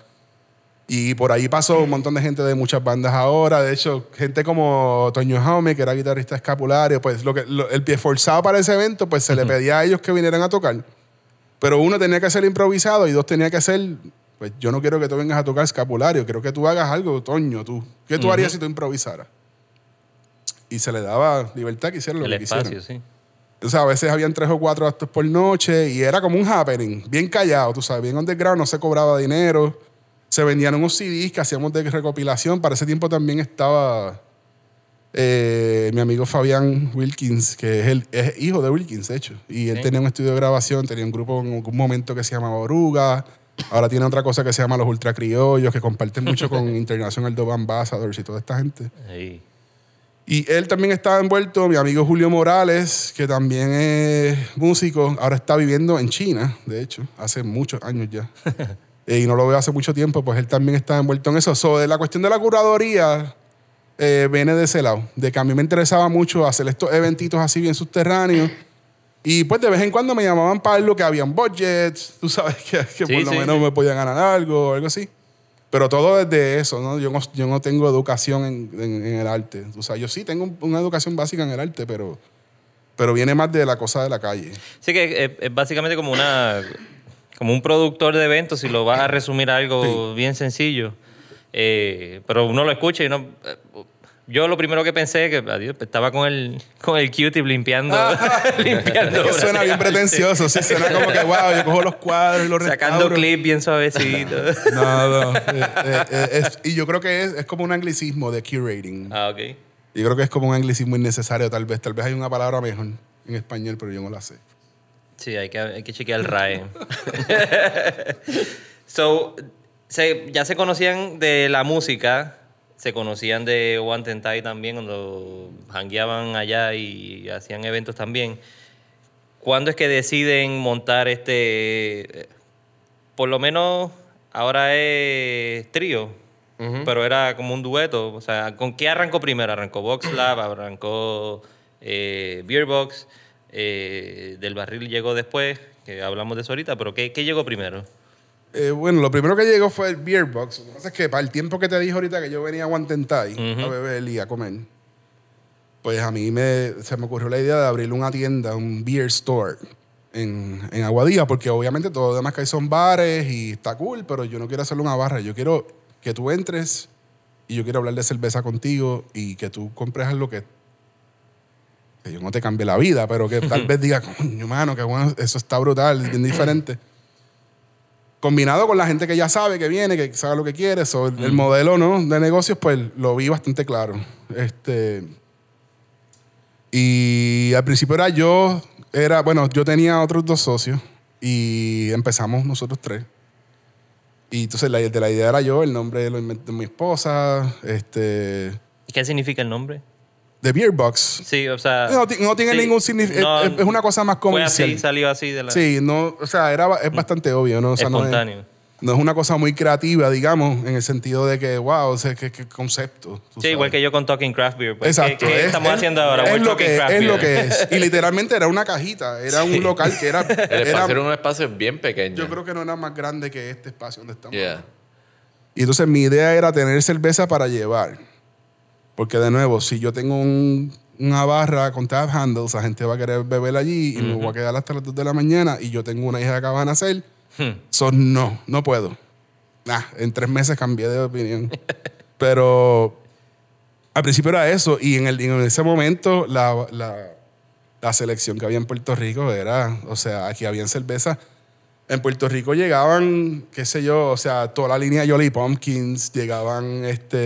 y por ahí pasó un montón de gente de muchas bandas ahora, de hecho, gente como Toño Jaume, que era guitarrista escapulario, pues el pie forzado para ese evento, pues se le pedía a ellos que vinieran a tocar. Pero uno tenía que ser improvisado y 2 tenía que ser pues yo no quiero que tú vengas a tocar escapulario, quiero que tú hagas algo, Toño, tú. ¿Qué tú harías si tú improvisaras? Y se le daba libertad que hicieran lo que quisieran. El espacio, sí. O sea, a veces habían 3 o 4 actos por noche y era como un happening, bien callado, tú sabes, bien underground, no se cobraba dinero. Se vendían unos CDs que hacíamos de recopilación. Para ese tiempo también estaba mi amigo Fabián Wilkins, que es hijo de Wilkins, de hecho. Y él tenía un estudio de grabación, tenía un grupo en algún momento que se llamaba Oruga. Ahora tiene otra cosa que se llama Los Ultra Criollos, que comparten mucho con International Dub Ambassadors y toda esta gente. Sí. Y él también estaba envuelto, mi amigo Julio Morales, que también es músico, ahora está viviendo en China, de hecho, hace muchos años ya. Y no lo veo hace mucho tiempo, pues él también está envuelto en eso. So, de la cuestión de la curaduría viene de ese lado, de que a mí me interesaba mucho hacer estos eventitos así bien subterráneos. Y pues de vez en cuando me llamaban para lo que habían budgets, tú sabes que por lo menos me podían ganar algo o algo así. Pero todo desde eso, ¿no? Yo no tengo educación en el arte. O sea, yo sí tengo una educación básica en el arte, pero viene más de la cosa de la calle. Sí, que es básicamente como un productor de eventos, si lo vas a resumir a algo bien sencillo. Pero uno lo escucha y uno... Yo lo primero que pensé que estaba con el Q-tip limpiando. limpiando que suena bien pretencioso. Sí, suena como que, wow, yo cojo los cuadros y los sacando restauro. clip bien suavecito. No. Y yo creo que es como un anglicismo de curating. Ah, ok. Yo creo que es como un anglicismo innecesario, tal vez. Tal vez hay una palabra mejor en español, pero yo no la sé. Sí, hay que chequear el RAE. Ya se conocían de la música, se conocían de One Ten Tai también cuando jangueaban allá y hacían eventos también. ¿Cuándo es que deciden montar por lo menos ahora es trío, pero era como un dueto? O sea, ¿con qué arrancó primero? ¿Arrancó Box Lab? ¿Arrancó Beer Box? Del Barril llegó después, que hablamos de eso ahorita, pero ¿qué llegó primero? Bueno, lo primero que llegó fue el Beer Box. Lo que pasa es que para el tiempo que te dije ahorita que yo venía a One Ten Tai a beber y a comer, pues a mí se me ocurrió la idea de abrir una tienda, un beer store en Aguadilla, porque obviamente todo lo demás que hay son bares y está cool, pero yo no quiero hacerle una barra. Yo quiero que tú entres y yo quiero hablar de cerveza contigo y que tú compres algo que yo no te cambie la vida, pero que tal vez diga, coño, mano, que bueno, eso está brutal, es bien diferente. Combinado con la gente que ya sabe que viene, que sabe lo que quiere. El modelo, ¿no?, de negocios, pues lo vi bastante claro. Y al principio yo tenía otros 2 socios y empezamos nosotros 3. Y entonces la idea era yo, el nombre lo inventó mi esposa. ¿Qué significa el nombre? The Beer Box. Sí, o sea... No tiene ningún significado. Es una cosa más comercial. Fue así, salió así de la... Sí, no, o sea, es bastante obvio, ¿no? O sea, espontáneo. No es una cosa muy creativa, digamos, en el sentido de que, wow, o sea, qué concepto. Sí, sabes. Igual que yo con Talking Craft Beer. Pues, exacto. ¿Qué estamos haciendo ahora? Es lo que es. Y literalmente era una cajita, era un local que era... El espacio era un espacio bien pequeño. Yo creo que no era más grande que este espacio donde estamos. Yeah. Y entonces mi idea era tener cerveza para llevar. Porque, de nuevo, si yo tengo una barra con tap handles, la gente va a querer beber allí y me voy a quedar hasta las 2 de la mañana y yo tengo una hija que acaba de nacer. No puedo. En 3 meses cambié de opinión. Pero al principio era eso. Y en ese momento la selección que había en Puerto Rico era, o sea, aquí habían cerveza. En Puerto Rico llegaban, qué sé yo, o sea, toda la línea Jolly Pumpkins, llegaban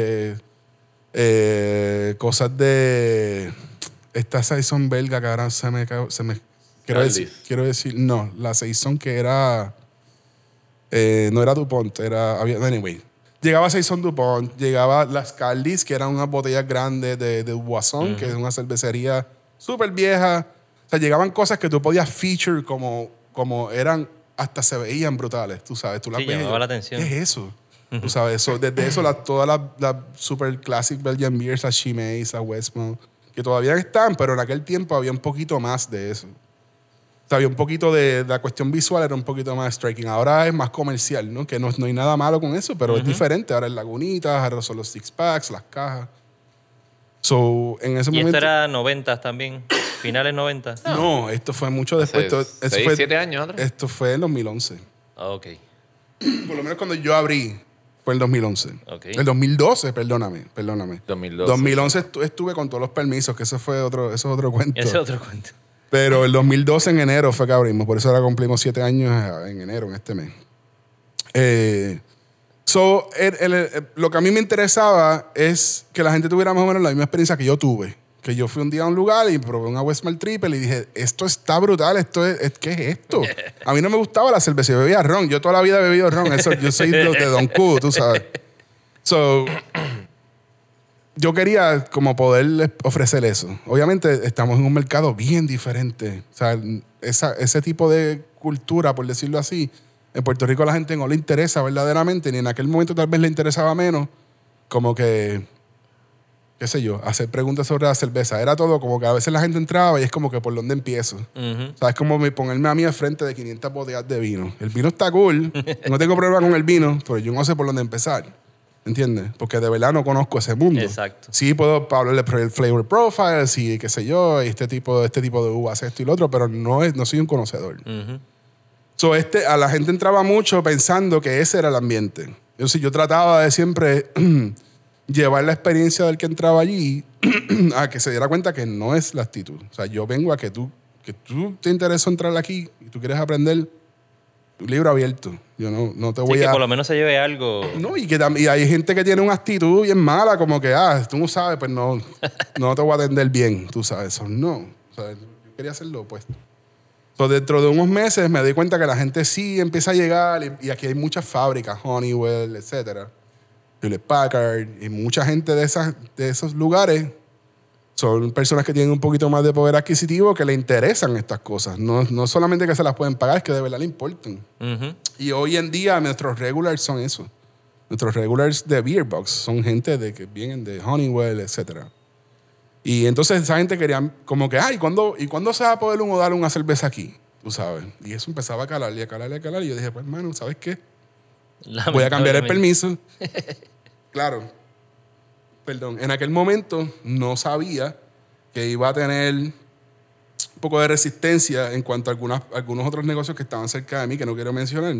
cosas de esta Saison belga que ahora se me quiero decir, no, la Saison que era no era DuPont, anyway. Llegaba Saison DuPont, llegaba las Caldis, que eran unas botellas grandes de Boisson, que es una cervecería súper vieja. O sea, llegaban cosas que tú podías feature como eran, hasta se veían brutales, tú sabes. Tú las ves, llamaba la atención. ¿Qué es eso? Tú sabes, desde eso todas las super classic Belgian beers, las Chimay, las Westmount, que todavía están, pero en aquel tiempo había un poquito más de eso. O sea, había un poquito de la cuestión visual, era un poquito más striking. Ahora es más comercial, ¿no? Que no hay nada malo con eso, pero es diferente. Ahora es lagunitas, ahora son los 6-packs, las cajas. En ese momento... ¿Y esto era 90 también? ¿Finales 90? No, esto fue mucho después. Hace 6, 7 años atrás. Esto fue en 2011. Ok. por lo menos cuando yo abrí, fue el 2011. Okay. El 2012, perdóname. 2012. 2011 estuve con todos los permisos, que eso es otro cuento. Ese es otro cuento. Pero el 2012 en enero fue que abrimos, por eso ahora cumplimos 7 años en enero, en este mes. Lo que a mí me interesaba es que la gente tuviera más o menos la misma experiencia que yo tuve. Que yo fui un día a un lugar y probé una Westmalle Triple y dije, esto está brutal, ¿qué es esto? A mí no me gustaba la cerveza, yo bebía ron. Yo toda la vida he bebido ron. Yo soy de Don Q, tú sabes. Yo quería como poder ofrecer eso. Obviamente estamos en un mercado bien diferente. O sea, ese tipo de cultura, por decirlo así, en Puerto Rico a la gente no le interesa verdaderamente, ni en aquel momento tal vez le interesaba menos, como que, qué sé yo, hacer preguntas sobre la cerveza. Era todo como que a veces la gente entraba y es como que por dónde empiezo. O sea, es como ponerme a mí al frente de 500 botellas de vino. El vino está cool, no tengo problema con el vino, pero yo no sé por dónde empezar. ¿Entiendes? Porque de verdad no conozco ese mundo. Exacto. Sí, puedo hablarle del flavor profile, sí, qué sé yo, este tipo de uvas, esto y lo otro, pero no soy un conocedor. A la gente entraba mucho pensando que ese era el ambiente. Yo trataba de siempre llevar la experiencia del que entraba allí a que se diera cuenta que no es la actitud. O sea, yo vengo a que tú te interesa entrar aquí y tú quieres aprender, tu libro abierto. Yo no te voy que por lo menos se lleve algo. No, y hay gente que tiene una actitud bien mala, como que, tú no sabes, pues no te voy a atender bien, tú sabes. Eso no. O sea, yo quería hacer lo opuesto. Dentro de unos meses me di cuenta que la gente sí empieza a llegar y aquí hay muchas fábricas, Honeywell, etcétera, Hewlett Packard, y mucha gente de esos lugares son personas que tienen un poquito más de poder adquisitivo, que le interesan estas cosas. No solamente que se las pueden pagar, es que de verdad le importan. Y hoy en día nuestros regulars son eso. Nuestros regulars de Beer Box son gente que vienen de Honeywell, etcétera. Y entonces esa gente quería como que, ¿y cuándo se va a poder uno dar una cerveza aquí? Tú sabes. Y eso empezaba a calar y a calar y a calar. Y yo dije, pues, hermano, ¿sabes qué? Voy a cambiar el permiso. Claro. Perdón. En aquel momento no sabía que iba a tener un poco de resistencia en cuanto a algunos otros negocios que estaban cerca de mí, que no quiero mencionar.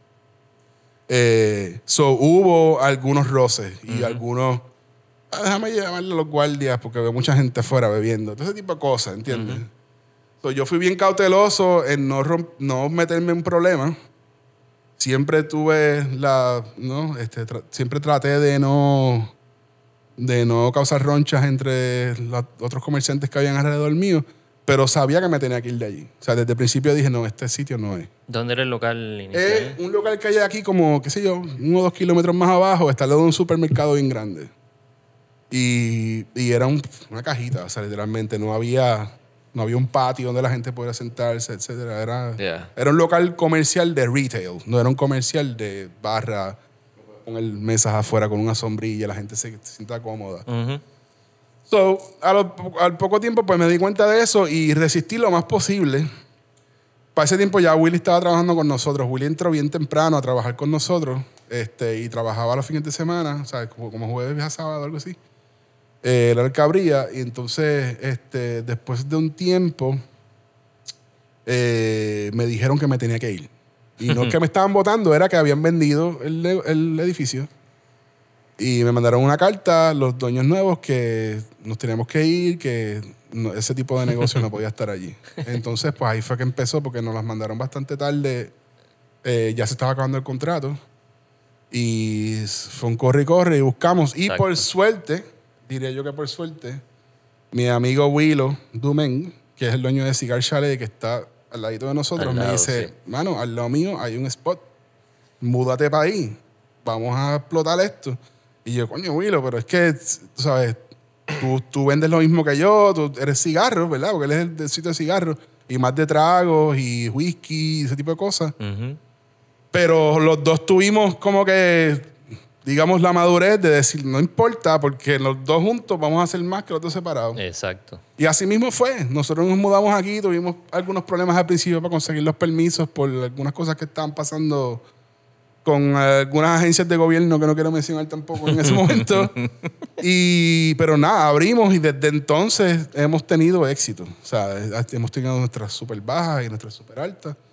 Hubo algunos roces y algunos... déjame llamarle a los guardias porque veo mucha gente afuera bebiendo. Todo ese tipo de cosas, ¿entiendes? Yo fui bien cauteloso en no meterme en problemas. Siempre tuve siempre traté de no causar ronchas entre los otros comerciantes que habían alrededor mío, pero sabía que me tenía que ir de allí. O sea, desde el principio dije, no, este sitio no es. ¿Dónde era el local inicial? Un local que hay aquí como, qué sé yo, 1 o 2 kilómetros más abajo, está al lado de un supermercado bien grande. Y era una cajita, o sea, literalmente no había un patio donde la gente pudiera sentarse, etcétera. Era un local comercial de retail, no era un comercial de barra, poner mesas afuera con una sombrilla, la gente se sienta cómoda. Al poco tiempo pues me di cuenta de eso y resistí lo más posible. Para ese tiempo ya Willy estaba trabajando con nosotros. Willy entró bien temprano a trabajar con nosotros y trabajaba los fines de semana, o sea, como jueves a sábado, algo así. Era el que abría, y entonces después de un tiempo me dijeron que me tenía que ir. Y no es que me estaban votando, era que habían vendido el edificio. Y me mandaron una carta los dueños nuevos que nos teníamos que ir, que ese tipo de negocio no podía estar allí. Entonces, pues ahí fue que empezó, porque nos las mandaron bastante tarde. Ya se estaba acabando el contrato. Y fue un corre y corre y buscamos. Y por suerte, diría yo que por suerte, mi amigo Willow Dumen, que es el dueño de Cigar Chalet, que está al ladito de nosotros, me dice, mano, al lado mío hay un spot. Múdate para ahí. Vamos a explotar esto. Y yo, coño, Willow, pero es que, tú sabes, tú vendes lo mismo que yo, tú eres cigarro, ¿verdad? Porque él es el del sitio de cigarros. Y más de tragos y whisky, ese tipo de cosas. Pero los dos tuvimos como que, digamos, la madurez de decir, no importa, porque los dos juntos vamos a hacer más que los dos separados. Exacto. Y así mismo fue. Nosotros nos mudamos aquí, tuvimos algunos problemas al principio para conseguir los permisos por algunas cosas que estaban pasando con algunas agencias de gobierno que no quiero mencionar tampoco en ese momento. Pero nada, abrimos y desde entonces hemos tenido éxito. O sea, hemos tenido nuestras super bajas y nuestras super altas.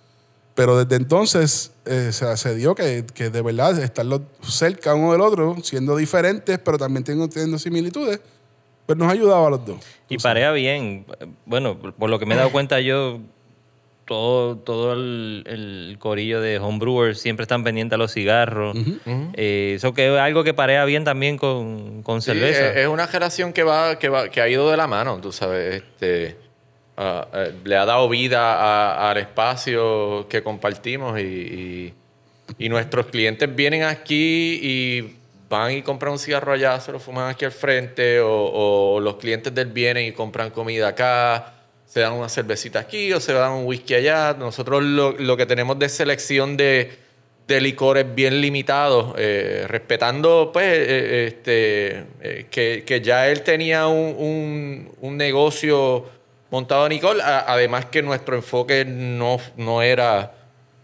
Pero desde entonces se dio que de verdad estar cerca uno del otro, siendo diferentes, pero también teniendo similitudes, pues nos ayudaba a los dos. Y parea bien. Bueno, por lo que me he dado cuenta yo, todo el corillo de homebrewers siempre están pendientes a los cigarros. Eso que es algo que parea bien también con Sí, cerveza. es una generación que ha ido de la mano, tú sabes. Le ha dado vida al espacio que compartimos y nuestros clientes vienen aquí y van y compran un cigarro allá, se lo fuman aquí al frente, o los clientes del vienen y compran comida acá, se dan una cervecita aquí o se dan un whisky allá. Nosotros lo que tenemos de selección de licores bien limitados, respetando pues que ya él tenía un negocio montado en Nicole, además que nuestro enfoque no era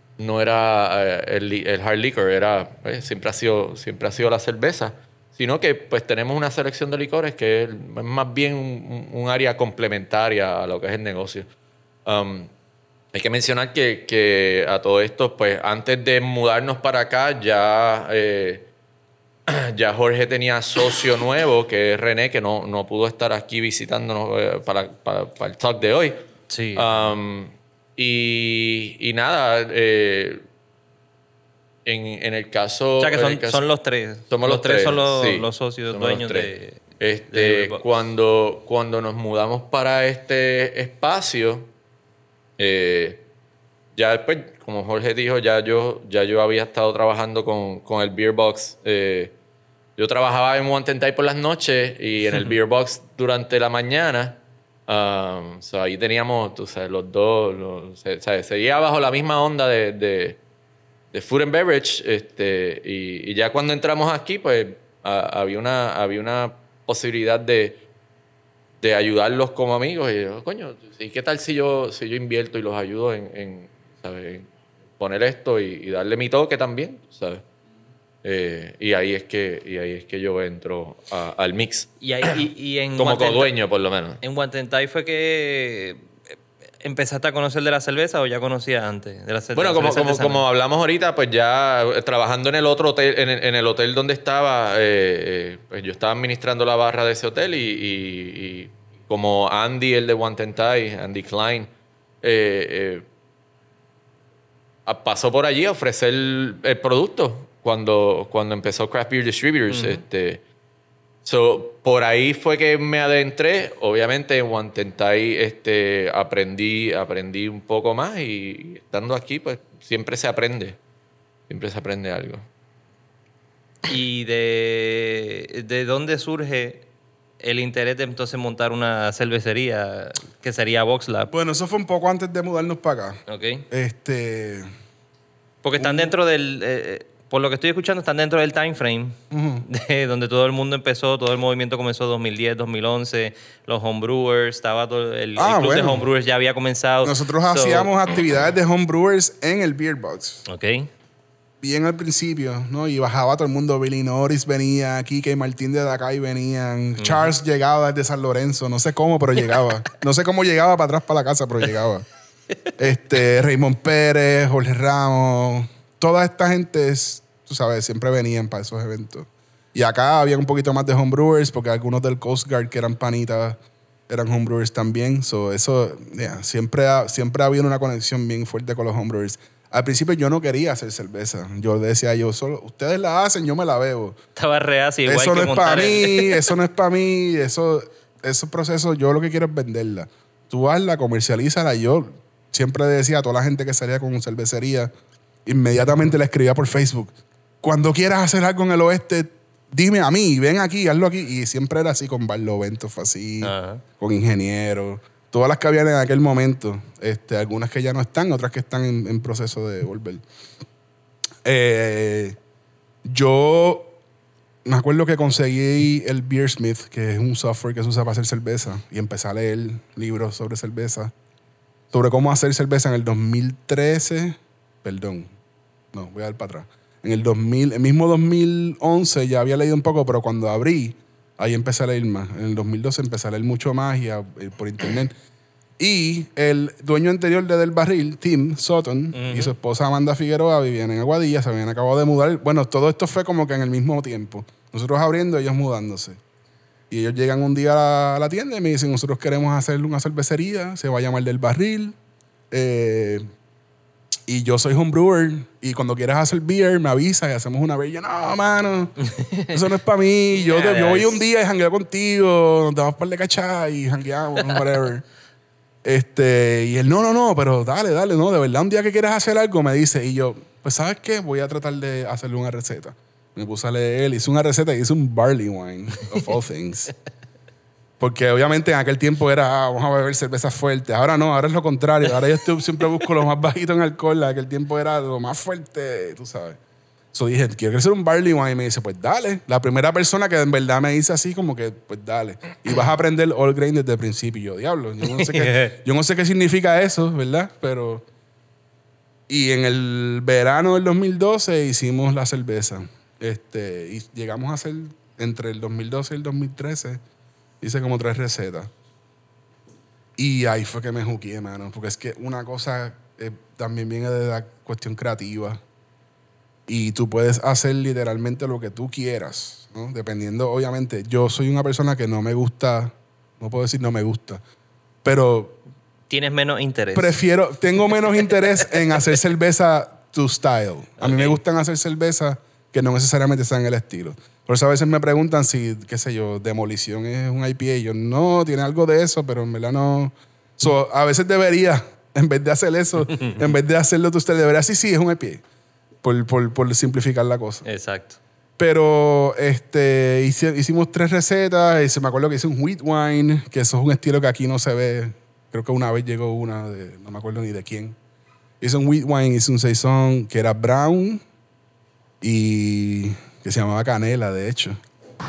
el hard liquor, siempre ha sido la cerveza, sino que pues tenemos una selección de licores que es más bien un área complementaria a lo que es el negocio. Hay que mencionar que a todo esto, pues antes de mudarnos para acá, ya Jorge tenía socio nuevo, que es René, que no pudo estar aquí visitándonos para el talk de hoy. Sí. Y nada, en el caso... O sea, que son los tres. Somos los tres son sí, los socios somos dueños los tres. de Cuando nos mudamos para este espacio, ya después, como Jorge dijo, ya yo había estado trabajando con el Beer Box. Yo trabajaba en One Thai por las noches y en el Beer Box durante la mañana. Ahí teníamos, tú sabes, los dos, seguía bajo la misma onda de food and beverage. Y ya cuando entramos aquí, pues había una posibilidad de ayudarlos como amigos. Y yo, coño, ¿y qué tal si yo invierto y los ayudo en ¿sabes? Poner esto y darle mi toque también, ¿sabes? Y ahí es que yo entro al mix. Y en como Guantenta- codueño, por lo menos. ¿En Guantentai fue que empezaste a conocer de la cerveza o ya conocías antes de la cerveza? Bueno, como hablamos ahorita, pues ya trabajando en el otro hotel, en el hotel donde estaba, pues yo estaba administrando la barra de ese hotel y como Andy, el de Guantentai, Andy Klein, pasó por allí a ofrecer el producto cuando empezó Craft Beer Distributors. Por ahí fue que me adentré. Obviamente en Guantentai aprendí un poco más y estando aquí pues siempre se aprende algo. ¿Y de dónde surge el interés de entonces montar una cervecería que sería Box Lab? Bueno, eso fue un poco antes de mudarnos para acá. Ok. Porque están dentro del... por lo que estoy escuchando, están dentro del time frame de donde todo el mundo empezó, todo el movimiento comenzó 2010, 2011, los homebrewers, estaba todo el club de homebrewers ya había comenzado. Nosotros hacíamos actividades de homebrewers en el Beer Box. Ok. Bien al principio, ¿no? Y bajaba todo el mundo. Billy Norris venía, Kike y Martín de Dacay venían. Charles llegaba desde San Lorenzo. No sé cómo, pero llegaba. No sé cómo llegaba para atrás para la casa, pero llegaba. Raymond Pérez, Jorge Ramos. Toda esta gente, tú sabes, siempre venían para esos eventos. Y acá había un poquito más de homebrewers, porque algunos del Coast Guard que eran panitas eran homebrewers también. Siempre había una conexión bien fuerte con los homebrewers. Al principio yo no quería hacer cerveza. Yo decía, ustedes la hacen, yo me la bebo. Estaba reacio, igual eso que no es para montar mí, eso no es para mí. Esos procesos, yo lo que quiero es venderla. Tú hazla, comercialízala. Yo siempre decía a toda la gente que salía con cervecería, inmediatamente le escribía por Facebook. Cuando quieras hacer algo en el oeste, dime a mí, ven aquí, hazlo aquí. Y siempre era así con Barlovento, fue así, con ingenieros. Todas las que habían en aquel momento. Algunas que ya no están, otras que están en proceso de volver. Yo me acuerdo que conseguí el Beersmith, que es un software que se usa para hacer cerveza, y empecé a leer libros sobre cerveza, sobre cómo hacer cerveza en el 2013. Perdón, no, voy a dar para atrás. En el mismo 2011 ya había leído un poco, pero cuando abrí, ahí empecé a leer más. En el 2012 empecé a leer mucho más y por internet. Y el dueño anterior de Del Barril, Tim Sutton, y su esposa Amanda Figueroa vivían en Aguadilla, se habían acabado de mudar. Bueno, todo esto fue como que en el mismo tiempo. Nosotros abriendo, ellos mudándose. Y ellos llegan un día a la tienda y me dicen, nosotros queremos hacer una cervecería, se va a llamar Del Barril. Y yo soy homebrewer. Y cuando quieras hacer beer, me avisas y hacemos una beer. Y yo, no, mano, eso no es para mí. Yo voy un día y jangueo contigo, nos damos un par de cachas y jangueamos, whatever. Y él, no, pero dale, no, de verdad, un día que quieras hacer algo, me dice. Y yo, pues, ¿sabes qué? Voy a tratar de hacerle una receta. Me puse a leer, hice una receta y hice un barley wine, of all things. Porque obviamente en aquel tiempo era, vamos a beber cerveza fuerte. Ahora no, ahora es lo contrario. Ahora yo siempre busco lo más bajito en alcohol. En aquel tiempo era lo más fuerte, tú sabes. So dije, quiero hacer un barley wine. Y me dice, pues dale. La primera persona que en verdad me dice así, como que, pues dale. Y vas a aprender all grain desde el principio. Y yo, diablo, yo no sé qué significa eso, ¿verdad? Pero... Y en el verano del 2012 hicimos la cerveza. Y llegamos a hacer, entre el 2012 y el 2013, hice como 3 recetas. Y ahí fue que me juqué, mano. Porque es que una cosa también viene de la cuestión creativa. Y tú puedes hacer literalmente lo que tú quieras, ¿no? Dependiendo, obviamente, yo soy una persona que no me gusta, no puedo decir no me gusta, pero... Tienes menos interés. Tengo menos interés en hacer cerveza to style. A mí me gustan hacer cerveza que no necesariamente sean el estilo. Por eso a veces me preguntan si, qué sé yo, Demolición es un IPA. Y yo, no, tiene algo de eso, pero en verdad no. So, a veces debería, en vez de hacer eso, en vez de hacerlo tú, debería, sí, es un IPA. Por simplificar la cosa. Exacto. Pero hicimos 3 recetas y se me acuerdo que hice un wheat wine, que eso es un estilo que aquí no se ve. Creo que una vez llegó una, no me acuerdo ni de quién. Hice un wheat wine, hice un saison que era brown y que se llamaba Canela, de hecho.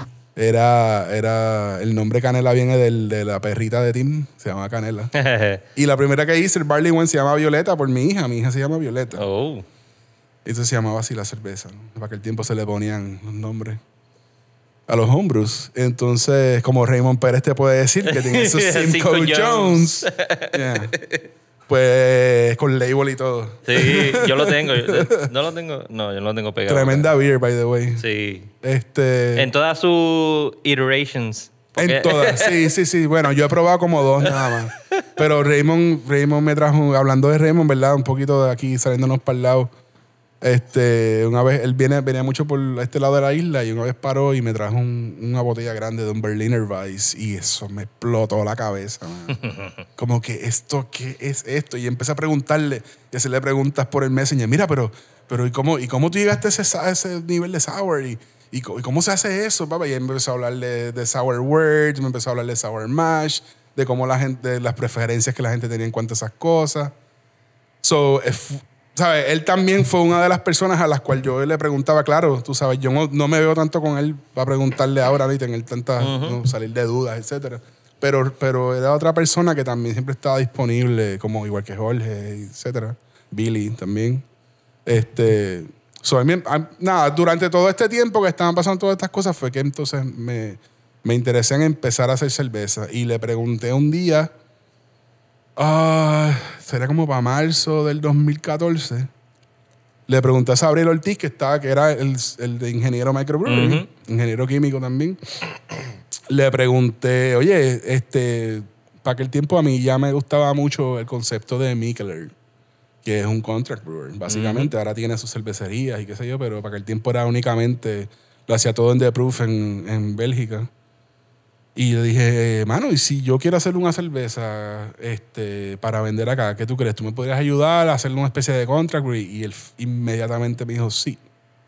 El nombre Canela viene de la perrita de Tim, se llamaba Canela. Y la primera que hice, el barley wine, se llama Violeta por mi hija se llama Violeta. Oh. Eso se llamaba así la cerveza, ¿no? Para aquel tiempo se le ponían los nombres a los homebrews. Entonces, como Raymond Pérez te puede decir, que tiene sus Simcoe Jones. Yeah. Pues con label y todo. Sí, yo lo tengo. No lo tengo. No, yo no lo tengo pegado. Tremenda beer, by the way. Sí. En todas sus iterations. En todas, sí. Bueno, yo he probado como 2 nada más. Pero Raymond me trajo, hablando de Raymond, ¿verdad? Un poquito de aquí, saliéndonos para el lado. Una vez, él venía mucho por este lado de la isla y una vez paró y me trajo una botella grande de un Berliner Weiss y eso me explotó la cabeza, man. Como que ¿qué es esto? Y empecé a preguntarle y hacerle preguntas por el Messenger. Mira, pero ¿y cómo tú llegaste a ese nivel de sour? ¿Y cómo se hace eso, papá? Y él me empezó a hablar de sour words, me empezó a hablar de sour mash, de cómo las preferencias que la gente tenía en cuanto a esas cosas. ¿Sabes? Él también fue una de las personas a las cuales yo le preguntaba, claro, tú sabes, yo no me veo tanto con él para preguntarle ahora ni tener tantas, ¿no? Salir de dudas, etcétera. Pero era otra persona que también siempre estaba disponible, como igual que Jorge, etcétera. Billy también. Nada, durante todo este tiempo que estaban pasando todas estas cosas fue que entonces me interesé en empezar a hacer cerveza. Y le pregunté un día... sería como para marzo del 2014. Le pregunté a Sabriel Ortiz, que era el de ingeniero microbrewery, ingeniero químico también. Le pregunté, oye, para aquel tiempo a mí ya me gustaba mucho el concepto de Mikkeller, que es un contract brewer, básicamente. Ahora tiene sus cervecerías y qué sé yo, pero para aquel tiempo era únicamente, lo hacía todo en The Proof en Bélgica. Y yo dije, mano, ¿y si yo quiero hacer una cerveza para vender acá? ¿Qué tú crees? ¿Tú me podrías ayudar a hacerle una especie de contract? Y él inmediatamente me dijo, sí.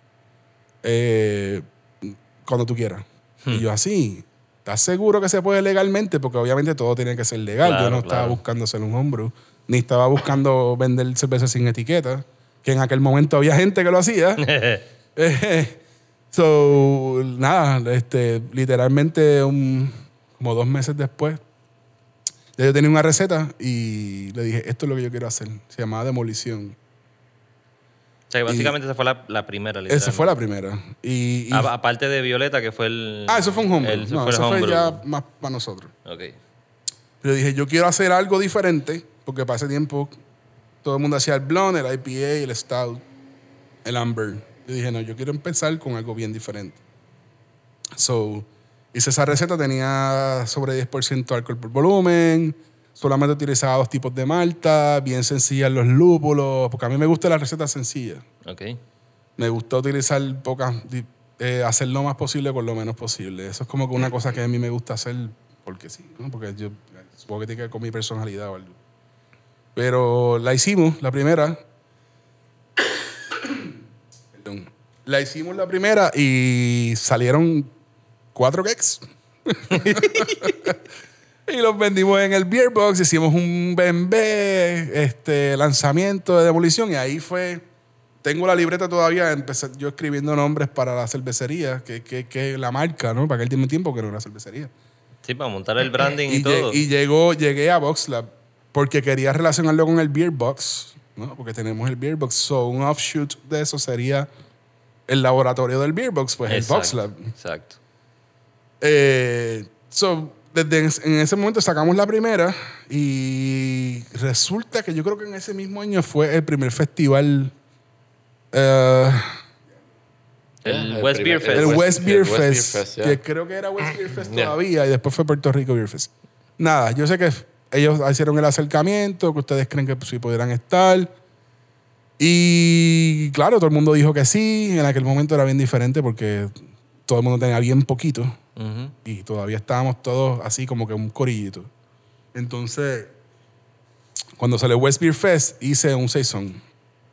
Cuando tú quieras. Y yo, así, ¿estás seguro que se puede legalmente? Porque obviamente todo tiene que ser legal. Claro, yo no estaba buscando hacer un homebrew, ni estaba buscando vender cerveza sin etiqueta, que en aquel momento había gente que lo hacía. Nada, literalmente como 2 meses después, ya yo tenía una receta y le dije, esto es lo que yo quiero hacer. Se llamaba Demolición. O sea, que básicamente esa fue la primera. Esa fue la primera. Aparte de Violeta, que fue el... eso fue un homebrew. Eso fue ya más para nosotros. Ok. Yo dije, yo quiero hacer algo diferente, porque para ese tiempo todo el mundo hacía el blonde, el IPA, el stout, el amber. Yo dije, no, yo quiero empezar con algo bien diferente. So, hice esa receta, tenía sobre 10% alcohol por volumen, solamente utilizaba 2 tipos de malta, bien sencillas los lúpulos, porque a mí me gustan las recetas sencillas. Ok. Me gusta utilizar pocas, hacer lo más posible con lo menos posible. Eso es como que una cosa que a mí me gusta hacer porque sí, ¿no? Porque yo supongo que tiene que ver con mi personalidad o algo. Pero la hicimos, la primera. Perdón. La hicimos la primera y salieron 4 kegs. Y los vendimos en el Beer Box. Hicimos un B&B, lanzamiento de demolición. Y ahí fue... Tengo la libreta todavía. Empecé yo escribiendo nombres para la cervecería, que la marca, ¿no? Para aquel tiempo que no era una cervecería. Sí, para montar el branding y todo. Y llegué a VoxLab porque quería relacionarlo con el Beer Box, ¿no? Porque tenemos el Beer Box. So, un offshoot de eso sería el laboratorio del Beer Box, pues Exacto, el VoxLab. Exacto. Desde en ese momento sacamos la primera y resulta que yo creo que en ese mismo año fue el primer festival. El West Beer Fest. El West Beer Fest, yeah. que creo que era West Beer Fest todavía, y después fue Puerto Rico Beer Fest. Nada, yo sé que ellos hicieron el acercamiento, que ustedes creen que sí pudieran estar. Y claro, todo el mundo dijo que sí. En aquel momento era bien diferente porque todo el mundo tenía bien poquito. Ujú. Y todavía estábamos todos así como que un corillito. Entonces, cuando salió West Beer Fest, hice un saison.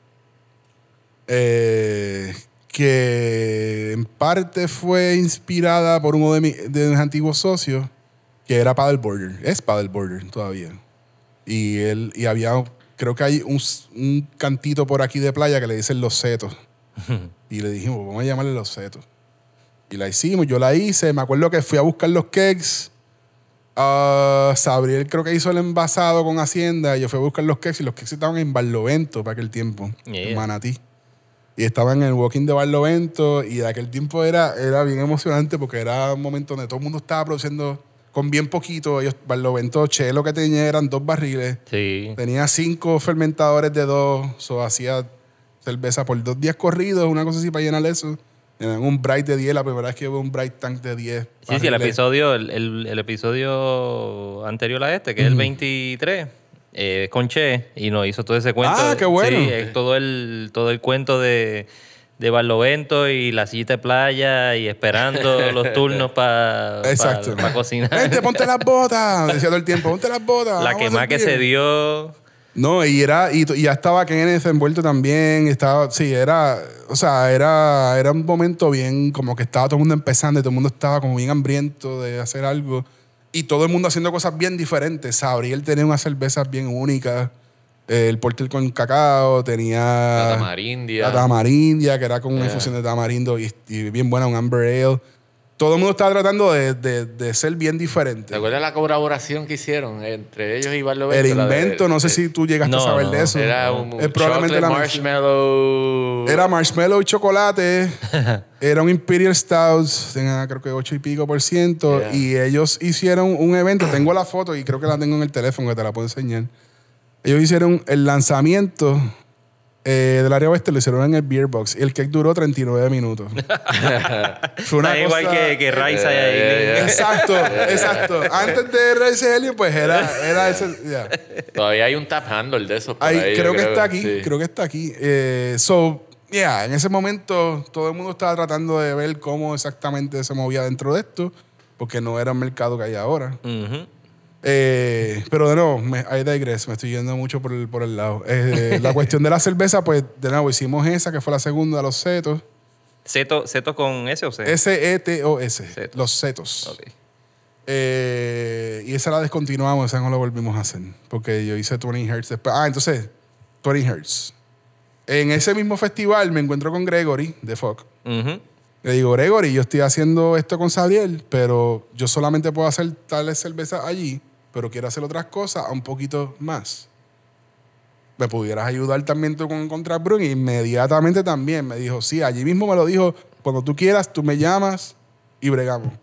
Que en parte fue inspirada por uno de mis antiguos socios, que era Paddleboarder. Es Paddleboarder todavía. Y había, creo que hay un cantito por aquí de playa que le dicen Los Setos. Y le dijimos, vamos a llamarle Los Setos. Y la hicimos, yo la hice. Me acuerdo que fui a buscar los kegs. Sabriel creo que hizo el envasado con Hacienda. Y yo fui a buscar los kegs y los kegs estaban en Barlovento para aquel tiempo, en Manatí. Y estaban en el walking de Barlovento. Y de aquel tiempo era bien emocionante porque era un momento donde todo el mundo estaba produciendo con bien poquito. Barlovento, lo que tenía eran 2 barriles. Sí. Tenía 5 fermentadores de 2. Hacía cerveza por 2 días corridos, una cosa así para llenar eso. En un Bright de 10, la primera vez que hubo un Bright Tank de 10. Sí, el episodio anterior a este, que es el 23, con Che, y nos hizo todo ese cuento. Ah, qué bueno. Sí, todo el cuento de Barlovento y la sillita de playa y esperando los turnos para cocinar. Vente, ponte las botas. Decía todo el tiempo, ponte las botas. La quemada que se dio. No, y ya estaba Kenneth envuelto también. Era un momento bien, como que estaba todo el mundo empezando y todo el mundo estaba como bien hambriento de hacer algo. Y todo el mundo haciendo cosas bien diferentes. Sabriel tenía unas cervezas bien únicas. El porter con cacao, tenía... La tamarindia, que era con una infusión de tamarindo y bien buena, un amber ale. Todo el mundo estaba tratando de ser bien diferente. ¿Te acuerdas la colaboración que hicieron entre ellos y Barlovento? El invento, no sé si tú llegaste a saber de eso. Era un probablemente chocolate marshmallow. Era marshmallow y chocolate. Era un Imperial Stout, tenía creo que 8 y pico %. Yeah. Y ellos hicieron un evento. Tengo la foto y creo que la tengo en el teléfono, que te la puedo enseñar. Ellos hicieron el lanzamiento del área oeste, lo hicieron en el Beer Box. Y el cake duró 39 minutos. Fue una cosa... igual que Raiza y Aileen. Exacto. Antes de Raiza y Aileen, pues era ese... Yeah. Todavía hay un tap handle de esos por ahí. Creo que está aquí. Sí. Creo que está aquí. En ese momento todo el mundo estaba tratando de ver cómo exactamente se movía dentro de esto, porque no era el mercado que hay ahora. Ujú. Pero de nuevo, I digress, me estoy yendo mucho por el lado. La cuestión de la cerveza, pues de nuevo hicimos esa, que fue la segunda, los setos. ¿Setos con S o C? S-E-T-O-S. Setos. Los setos. Ok. Y esa la descontinuamos, esa no la volvimos a hacer, porque yo hice 20 Hertz después. Entonces, 20 Hertz. En ese mismo festival me encuentro con Gregory, de FOC. Ujú. Le digo, Gregory, yo estoy haciendo esto con Sabriel, pero yo solamente puedo hacer tales cervezas allí, pero quiero hacer otras cosas a un poquito más. ¿Me pudieras ayudar también tú con Contract Brewing? Y inmediatamente también me dijo, sí, allí mismo me lo dijo, cuando tú quieras, tú me llamas y bregamos.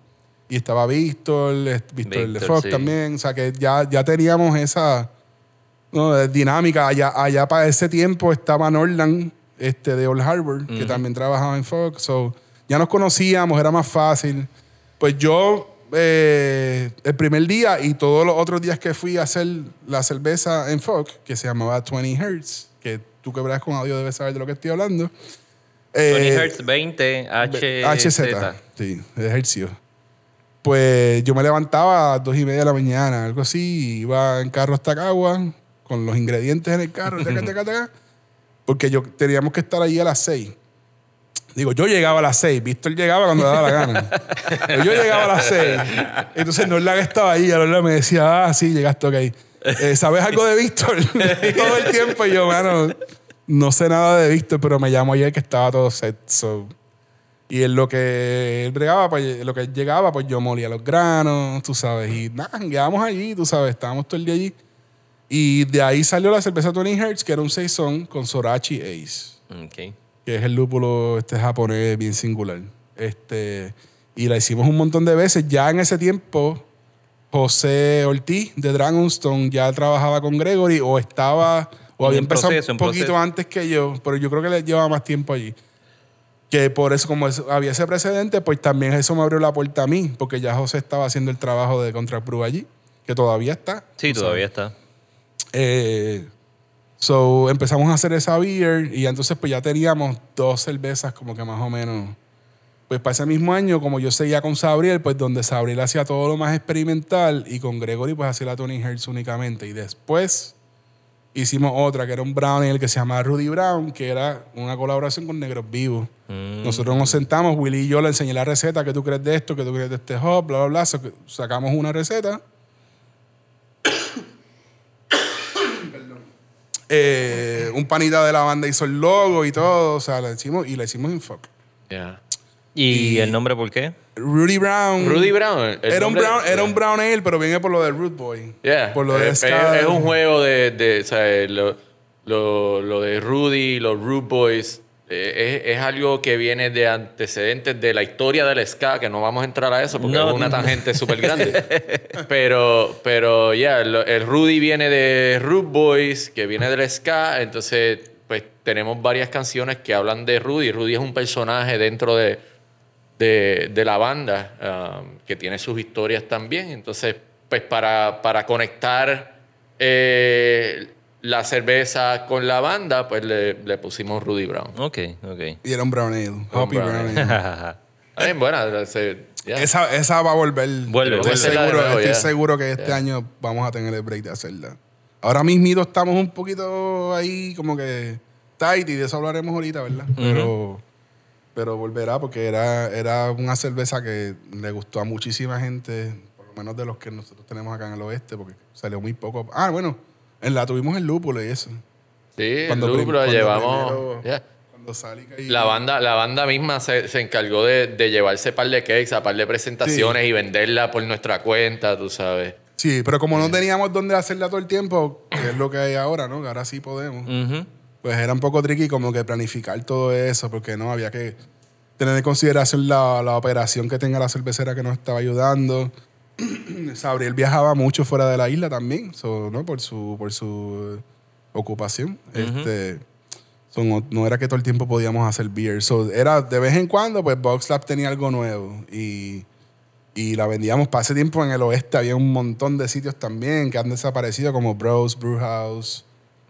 Y estaba Víctor de Fox sí. también. O sea, que ya teníamos esa dinámica. Allá para ese tiempo estaba Norland de Old Harbor, que también trabajaba en Fox. So, ya nos conocíamos, era más fácil. Pues yo, el primer día y todos los otros días que fui a hacer la cerveza en Fox, que se llamaba 20 Hertz, que tú que bregas con audio debes saber de lo que estoy hablando. 20 Hz, 20 HZ. Sí, ejercicio. Pues yo me levantaba a 2:30 de la mañana, algo así, y iba en carro hasta Cagua, con los ingredientes en el carro, porque teníamos que estar allí a las 6. Digo, yo llegaba a las 6, Víctor llegaba cuando le daba la gana. Pero yo llegaba a las 6. Entonces Norland estaba ahí, Norland me decía, sí, llegaste, ok. ¿Sabes algo de Víctor? Todo el tiempo. Y yo, mano, no sé nada de Víctor, pero me llamó ayer que estaba todo set. So. Y en lo que él bregaba, pues, lo que él llegaba, pues yo molía los granos, tú sabes. Y nada, quedábamos allí, tú sabes, estábamos todo el día allí. Y de ahí salió la cerveza 20 Hertz, que era un saison con Sorachi Ace. Okay. Que es el lúpulo japonés bien singular. Y la hicimos un montón de veces. Ya en ese tiempo, José Ortiz de Dragonstone ya trabajaba con Gregory o había empezado un poquito antes que yo, pero yo creo que le llevaba más tiempo allí. Que por eso, como había ese precedente, pues también eso me abrió la puerta a mí, porque ya José estaba haciendo el trabajo de Contract Brew allí, que todavía está. Sí, todavía está. So empezamos a hacer esa beer y entonces pues ya teníamos 2 cervezas como que más o menos. Pues para ese mismo año, como yo seguía con Sabriel, pues donde Sabriel hacía todo lo más experimental y con Gregory pues hacía la 20 Hertz únicamente. Y después hicimos otra que era un brown ale que se llamaba Rudy Brown, que era una colaboración con Negros Vivos. Nosotros nos sentamos, Willy y yo le enseñé la receta, ¿qué tú crees de esto? ¿Qué tú crees de este hop? Bla, bla, bla. Sacamos una receta. Un panita de la banda hizo el logo y todo, o sea, la hicimos en Fox. Yeah. ¿Y el nombre por qué? Rudy Brown. Rudy Brown. Era un brown ale, pero viene por lo de Root Boy. Yeah. Por lo de es un juego de o sea, lo de Rudy, los Root Boys. Es algo que viene de antecedentes de la historia del ska, que no vamos a entrar a eso porque es una tangente súper grande. Pero el Rudy viene de Root Boys, que viene del ska. Entonces, pues tenemos varias canciones que hablan de Rudy. Rudy es un personaje dentro de la banda que tiene sus historias también. Entonces, pues para conectar la cerveza con la banda, pues le pusimos Rudy Brown. Ok. Y era un brown ale. Hoppy brown ale. Buena. Esa va a volver. Vuelve. Estoy seguro que este año vamos a tener el break de hacerla. Ahora mismito estamos un poquito ahí como que tight y de eso hablaremos ahorita, ¿verdad? Pero volverá porque era una cerveza que le gustó a muchísima gente, por lo menos de los que nosotros tenemos acá en el oeste, porque salió muy poco. Bueno, la tuvimos en lúpulo y eso. Sí, el lúpulo llevamos. Cuando salí caí. La banda misma se encargó de llevarse par de cakes, a par de presentaciones y venderla por nuestra cuenta, tú sabes. Sí, pero como no teníamos dónde hacerla todo el tiempo, que es lo que hay ahora, ¿no? Que ahora sí podemos. Pues era un poco tricky como que planificar todo eso, porque no había que tener en consideración la operación que tenga la cervecera que nos estaba ayudando. Sabriel viajaba mucho fuera de la isla también, ¿no? Por su ocupación. No era que todo el tiempo podíamos hacer beer. Era de vez en cuando, pues Box Lab tenía algo nuevo y la vendíamos. Para ese tiempo en el oeste había un montón de sitios también que han desaparecido, como Bros, Brewhouse,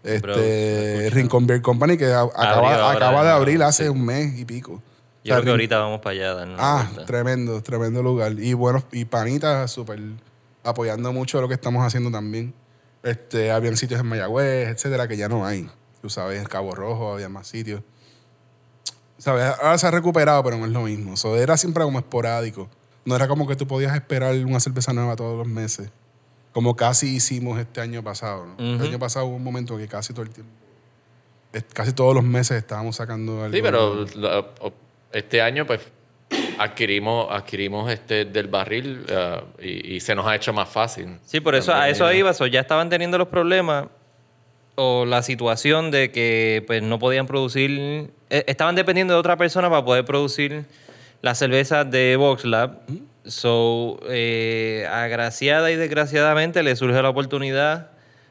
Rincon Beer Company, que acaba de abrir hace un mes y pico. Yo creo que ahorita vamos para allá. Tremendo lugar. Y bueno, y panitas súper apoyando mucho lo que estamos haciendo también. Habían sitios en Mayagüez, etcétera, que ya no hay. Tú sabes, en Cabo Rojo había más sitios. ¿Sabes? Ahora se ha recuperado, pero no es lo mismo. Era siempre como esporádico. No era como que tú podías esperar una cerveza nueva todos los meses. Como casi hicimos este año pasado, ¿no? El año pasado hubo un momento que casi todo el tiempo, casi todos los meses estábamos sacando algo. Sí, pero este año pues adquirimos del barril y se nos ha hecho más fácil. Sí, por eso a eso iba. Ya estaban teniendo los problemas o la situación de que pues no podían producir, estaban dependiendo de otra persona para poder producir las cervezas de Box Lab Agraciada y desgraciadamente le surge la oportunidad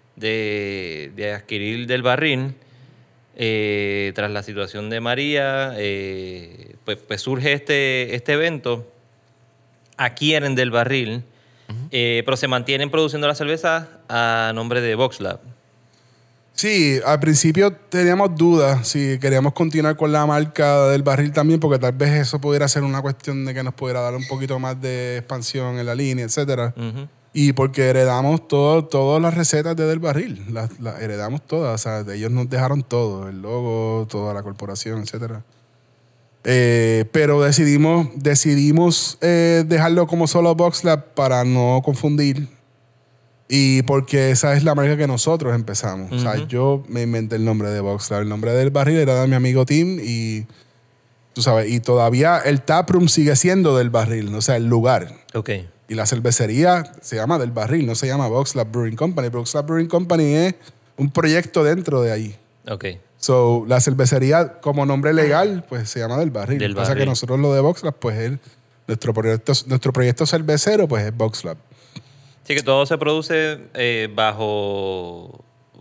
de adquirir Del Barril. Tras la situación de María, pues surge este evento. Adquieren Del Barril, pero se mantienen produciendo la cerveza a nombre de VoxLab. Sí, al principio teníamos dudas si queríamos continuar con la marca Del Barril también, porque tal vez eso pudiera ser una cuestión de que nos pudiera dar un poquito más de expansión en la línea, etcétera. Y porque heredamos todas las recetas de Del Barril, las heredamos todas, o sea, ellos nos dejaron todo, el logo, toda la corporación, etcétera. Pero decidimos dejarlo como solo VoxLab para no confundir. Y porque esa es la marca que nosotros empezamos. O sea, yo me inventé el nombre de VoxLab. El nombre Del Barril era de mi amigo Tim y tú sabes, y todavía el taproom sigue siendo Del Barril, o sea, el lugar. Ok. Y la cervecería se llama Del Barril, no se llama VoxLab Brewing Company. VoxLab Brewing Company es un proyecto dentro de ahí. Ok. So, la cervecería como nombre legal, pues se llama Del Barril. Lo que pasa es que nosotros lo de VoxLab, pues es nuestro proyecto cervecero, pues es VoxLab. Sí, que todo se produce bajo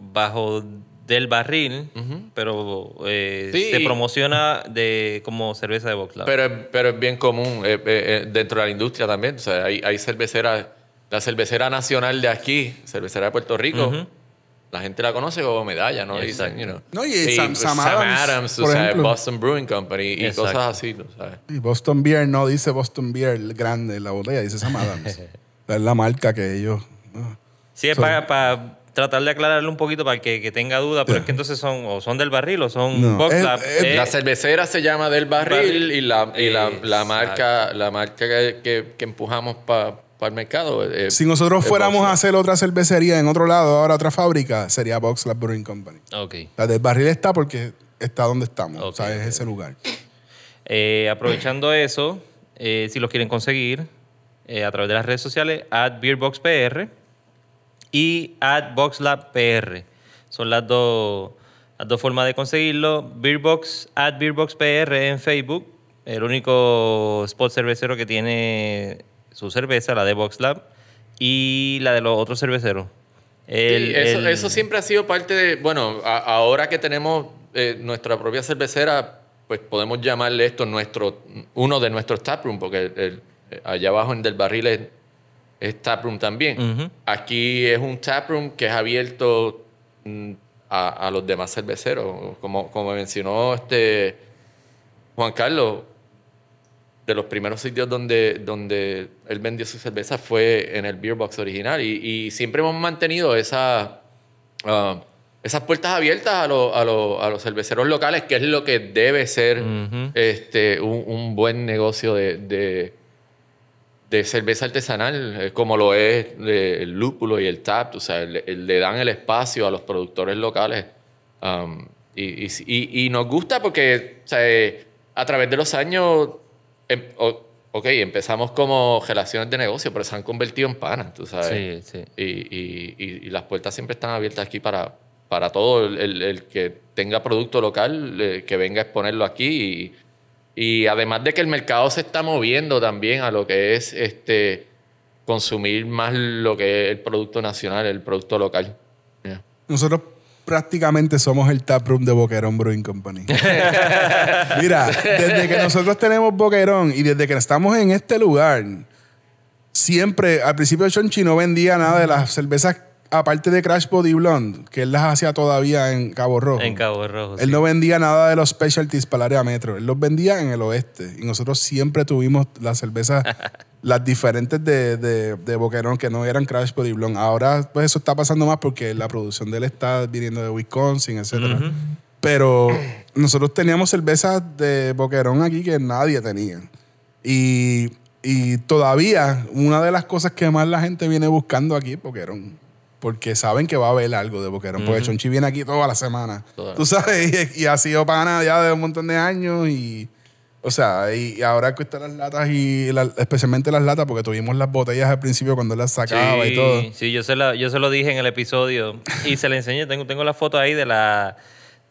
Del Barril, pero se promociona como cerveza de VoxLab. Pero es bien común dentro de la industria también. O sea, hay cerveceras, la cervecera nacional de aquí, cervecera de Puerto Rico, la gente la conoce como Medalla, ¿no? Dicen, No, y Sam Adams, por o sea, ejemplo. Boston Brewing Company y cosas así, ¿no sabes? Y Boston Beer no dice Boston Beer grande en la botella, dice Sam Adams. Es la marca que ellos... Sí, es para tratar de aclararle un poquito para que tenga duda, pero es que entonces son Del Barril o son VoxLab. La cervecera se llama Del Barril y la marca que empujamos para el mercado. Si nosotros fuéramos a hacer otra cervecería en otro lado, ahora otra fábrica, sería VoxLab Brewing Company. Okay. La Del Barril está porque está donde estamos, o sea, es ese lugar. Aprovechando eso, si los quieren conseguir a través de las redes sociales, @BeerBoxPR y @VoxLabPR. Son las dos formas de conseguirlo. @BeerBoxPR en Facebook, el único spot cervecero que tiene su cerveza, la de VoxLab, y la de los otros cerveceros. Eso siempre ha sido parte de... Bueno, ahora que tenemos nuestra propia cervecera, pues podemos llamarle esto uno de nuestros taproom, porque allá abajo en Del Barril es taproom también. Aquí es un taproom que es abierto a los demás cerveceros. Como mencionó Juan Carlos, de los primeros sitios donde él vendió su cerveza fue en el Beer Box original. Y siempre hemos mantenido esas puertas abiertas a los cerveceros locales, que es lo que debe ser un buen negocio de cerveza artesanal, como lo es el lúpulo y el tap. O sea, le dan el espacio a los productores locales. Y nos gusta porque, o sea, a través de los años, empezamos como relaciones de negocio, pero se han convertido en panas, tú sabes. Sí. Y las puertas siempre están abiertas aquí para todo el que tenga producto local, que venga a exponerlo aquí. Y además de que el mercado se está moviendo también a lo que es consumir más lo que es el producto nacional, el producto local. Yeah. Nosotros prácticamente somos el taproom de Boquerón Brewing Company. Mira, desde que nosotros tenemos Boquerón y desde que estamos en este lugar, siempre, al principio Chonchi no vendía nada de las cervezas, aparte de Crash Body Blonde, que él las hacía todavía en Cabo Rojo. En Cabo Rojo, Él no vendía nada de los specialties para el área metro. Él los vendía en el oeste. Y nosotros siempre tuvimos las cervezas, las diferentes de Boquerón, que no eran Crash Body Blonde. Ahora, pues eso está pasando más porque la producción de él está viniendo de Wisconsin, etc. Pero nosotros teníamos cervezas de Boquerón aquí que nadie tenía. Y todavía, una de las cosas que más la gente viene buscando aquí es Boquerón. Porque saben que va a haber algo de Boquerón. Porque Chonchi viene aquí toda la semana. Tú sabes, y ha sido pana ya de un montón de años. O sea, y ahora que están las latas, especialmente las latas, porque tuvimos las botellas al principio cuando él las sacaba y todo. Sí, yo se lo dije en el episodio y se le enseñé. Tengo la foto ahí de la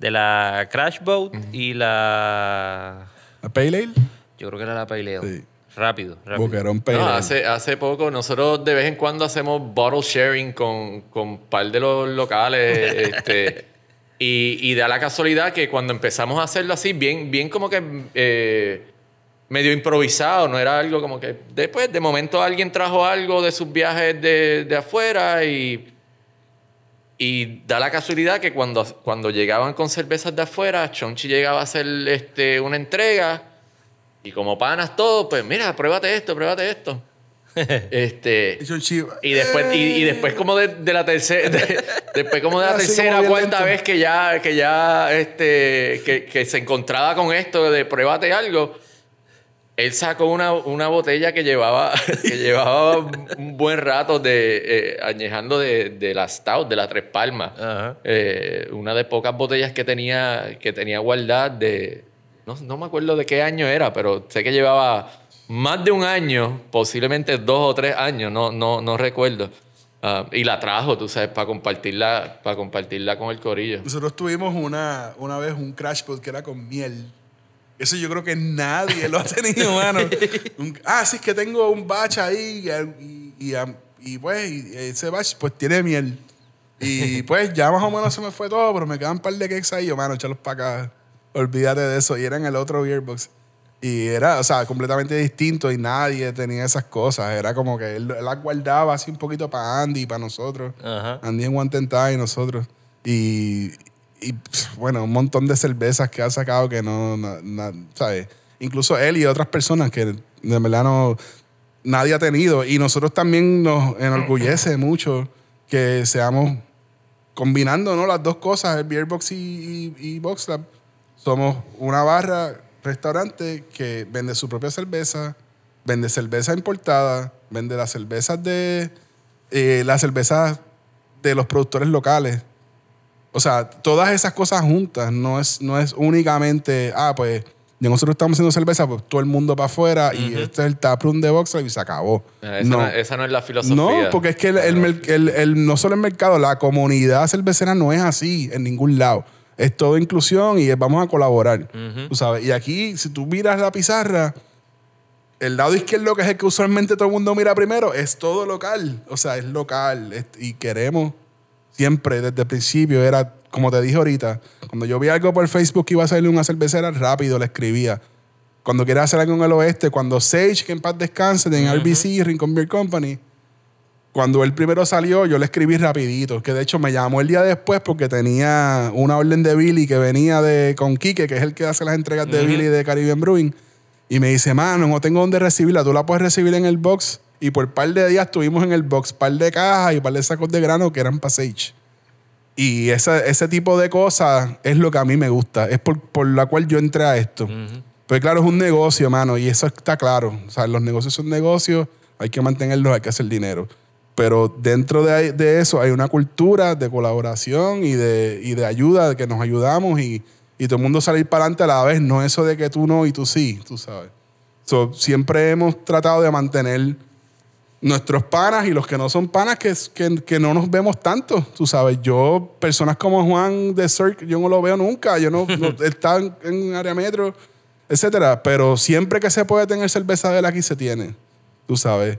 Crash Boat y la... ¿La Pale Ale? Yo creo que era la Pale Ale. Sí. Rápido. Boquerón Pale No, Ale. hace poco, nosotros de vez en cuando hacemos bottle sharing con un par de los locales. Y da la casualidad que cuando empezamos a hacerlo así, bien como que medio improvisado, no era algo como que después de momento alguien trajo algo de sus viajes de afuera y da la casualidad que cuando llegaban con cervezas de afuera, Chonchi llegaba a hacer una entrega y como panas todos, pues mira, pruébate esto. Y Chonchi, Y después como de la tercera después como de la Así tercera como bien cuarta lento. vez que se encontraba con esto de pruébate algo, él sacó una botella que llevaba un buen rato añejando de la Stout, de la Tres Palmas. Ajá. Una de pocas botellas que tenía guardadas no me acuerdo de qué año era, pero sé que llevaba más de un año, posiblemente 2 o 3 años, no recuerdo. Y la trajo, tú sabes, para compartirla con el corillo. nosotros tuvimos una vez un crash pod que era con miel. Eso yo creo que nadie lo ha tenido, mano. Sí, es que tengo un batch ahí y pues ese batch pues tiene miel. Y pues ya más o menos se me fue todo, pero me quedan un par de cakes ahí. Yo, mano, échalos para acá. Olvídate de eso. Y era en el otro beer box. Y era, o sea, completamente distinto y nadie tenía esas cosas. Era como que él las guardaba así un poquito para Andy y para nosotros. Ajá. Andy en One Ten Time y nosotros. Y bueno, un montón de cervezas que ha sacado que ¿sabes? Incluso él y otras personas que de verdad nadie ha tenido. Y nosotros también nos enorgullece mucho que seamos combinando, ¿no? Las dos cosas, el Beer Box y Box Lab. Somos una barra, restaurante que vende su propia cerveza, vende cerveza importada, vende las cervezas de los productores locales. O sea, todas esas cosas juntas, no es únicamente, pues nosotros estamos haciendo cerveza, pues todo el mundo para afuera y este es el taproom de Box Lab y se acabó. Esa no es la filosofía. No, porque es que no solo el mercado, la comunidad cervecera no es así en ningún lado. Es todo inclusión y vamos a colaborar. Tú sabes. Y aquí, si tú miras la pizarra, el lado izquierdo, que es el que usualmente todo el mundo mira primero, es todo local. O sea, es local. Y queremos siempre, desde el principio, era, como te dije ahorita, cuando yo vi algo por Facebook que iba a salir una cervecera, rápido le escribía. Cuando quieras hacer algo en el oeste, cuando Sage, que en paz descanse, en RBC, Rincon Beer Company, cuando él primero salió, yo le escribí rapidito, que de hecho me llamó el día después porque tenía una orden de Billy que venía con Quique, que es el que hace las entregas de Billy de Caribbean Brewing, y me dice, mano, no tengo dónde recibirla, tú la puedes recibir en el box. Y por un par de días estuvimos en el box, par de cajas y par de sacos de grano que eran para Sage. Y ese tipo de cosas es lo que a mí me gusta, es por la cual yo entré a esto. Pues claro, es un negocio, mano, y eso está claro. O sea, los negocios son negocios, hay que mantenerlos, hay que hacer dinero. Pero dentro de eso hay una cultura de colaboración y de ayuda, de que nos ayudamos y todo el mundo salir para adelante a la vez. No eso de que tú no y tú sí, tú sabes. Siempre hemos tratado de mantener nuestros panas y los que no son panas que no nos vemos tanto, tú sabes. Yo, personas como Juan de Cirque, yo no lo veo nunca. Yo no él está en área metro, etcétera. Pero siempre que se puede tener cerveza de él aquí se tiene, tú sabes.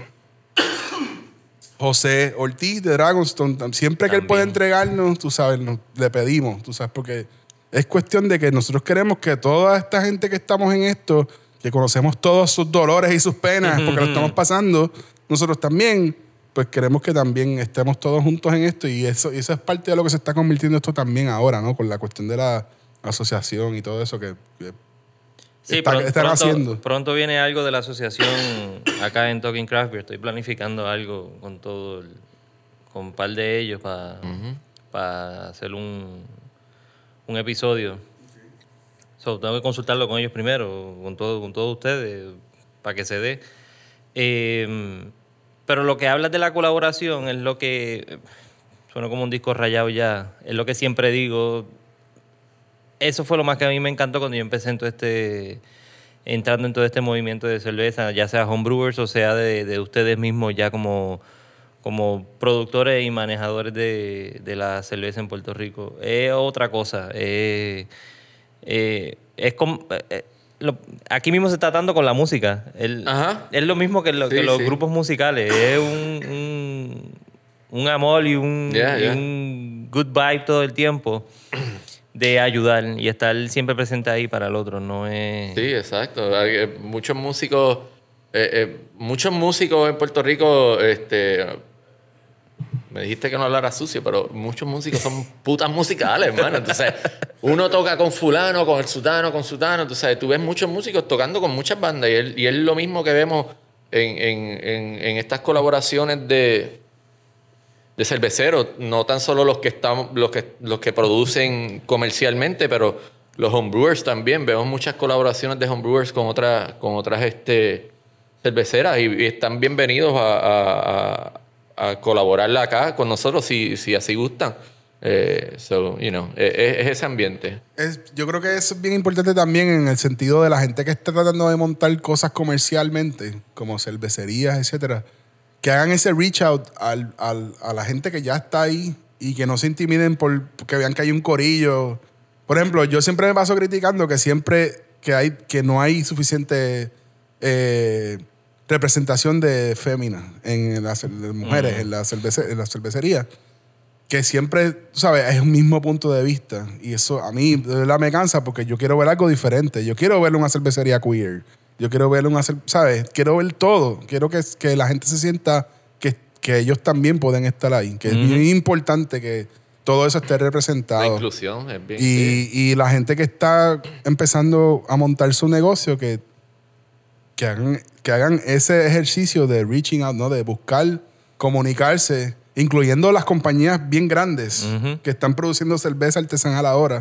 José Ortiz de Dragonstone, siempre que él puede entregarnos, tú sabes, le pedimos, tú sabes, porque es cuestión de que nosotros queremos que toda esta gente que estamos en esto, que conocemos todos sus dolores y sus penas, porque lo estamos pasando, nosotros también, pues queremos que también estemos todos juntos en esto y eso es parte de lo que se está convirtiendo esto también ahora, ¿no? Con la cuestión de la asociación y todo eso que Sí, están haciendo. Pronto viene algo de la asociación acá en Talking Craft Beer. Estoy planificando algo con con un par de ellos para hacer un episodio. Tengo que consultarlo con ellos primero, con todos ustedes, para que se dé. Pero lo que hablas de la colaboración es lo que suena como un disco rayado ya. Es lo que siempre digo. Eso fue lo más que a mí me encantó cuando yo empecé entrando en todo este movimiento de cerveza, ya sea homebrewers o sea de ustedes mismos ya como productores y manejadores de la cerveza en Puerto Rico. Es otra cosa. aquí mismo se está dando con la música. Ajá. Es lo mismo que, Sí, que los sí. grupos musicales. Es un amor y un, Yeah, y yeah. un good vibe todo el tiempo de ayudar y estar siempre presente ahí para el otro. No es... Sí, exacto. Muchos músicos en Puerto Rico, me dijiste que no hablara sucio, pero muchos músicos son putas musicales, hermano. Entonces, uno toca con fulano, con el sutano, con sutano. Entonces, tú ves muchos músicos tocando con muchas bandas y es lo mismo que vemos en estas colaboraciones de cerveceros, no tan solo los que producen comercialmente, pero los homebrewers también. Vemos muchas colaboraciones de homebrewers con otras cerveceras y están bienvenidos a colaborar acá con nosotros si así gustan. Es ese ambiente. Yo creo que eso es bien importante también en el sentido de la gente que está tratando de montar cosas comercialmente, como cervecerías, etcétera, que hagan ese reach out a la gente que ya está ahí y que no se intimiden porque vean que hay un corillo. Por ejemplo, yo siempre me paso criticando que no hay suficiente representación de féminas de mujeres en la cervecería. Que siempre, tú sabes, es un mismo punto de vista. Y eso a mí de verdad me cansa porque yo quiero ver algo diferente. Yo quiero ver una cervecería queer. Yo quiero ver ¿sabes? Quiero ver todo. Quiero que la gente se sienta que ellos también pueden estar ahí. Que es muy importante que todo eso esté representado. La inclusión es bien. Y la gente que está empezando a montar su negocio, que hagan ese ejercicio de reaching out, ¿no? De buscar, comunicarse, incluyendo las compañías bien grandes que están produciendo cerveza artesanal ahora.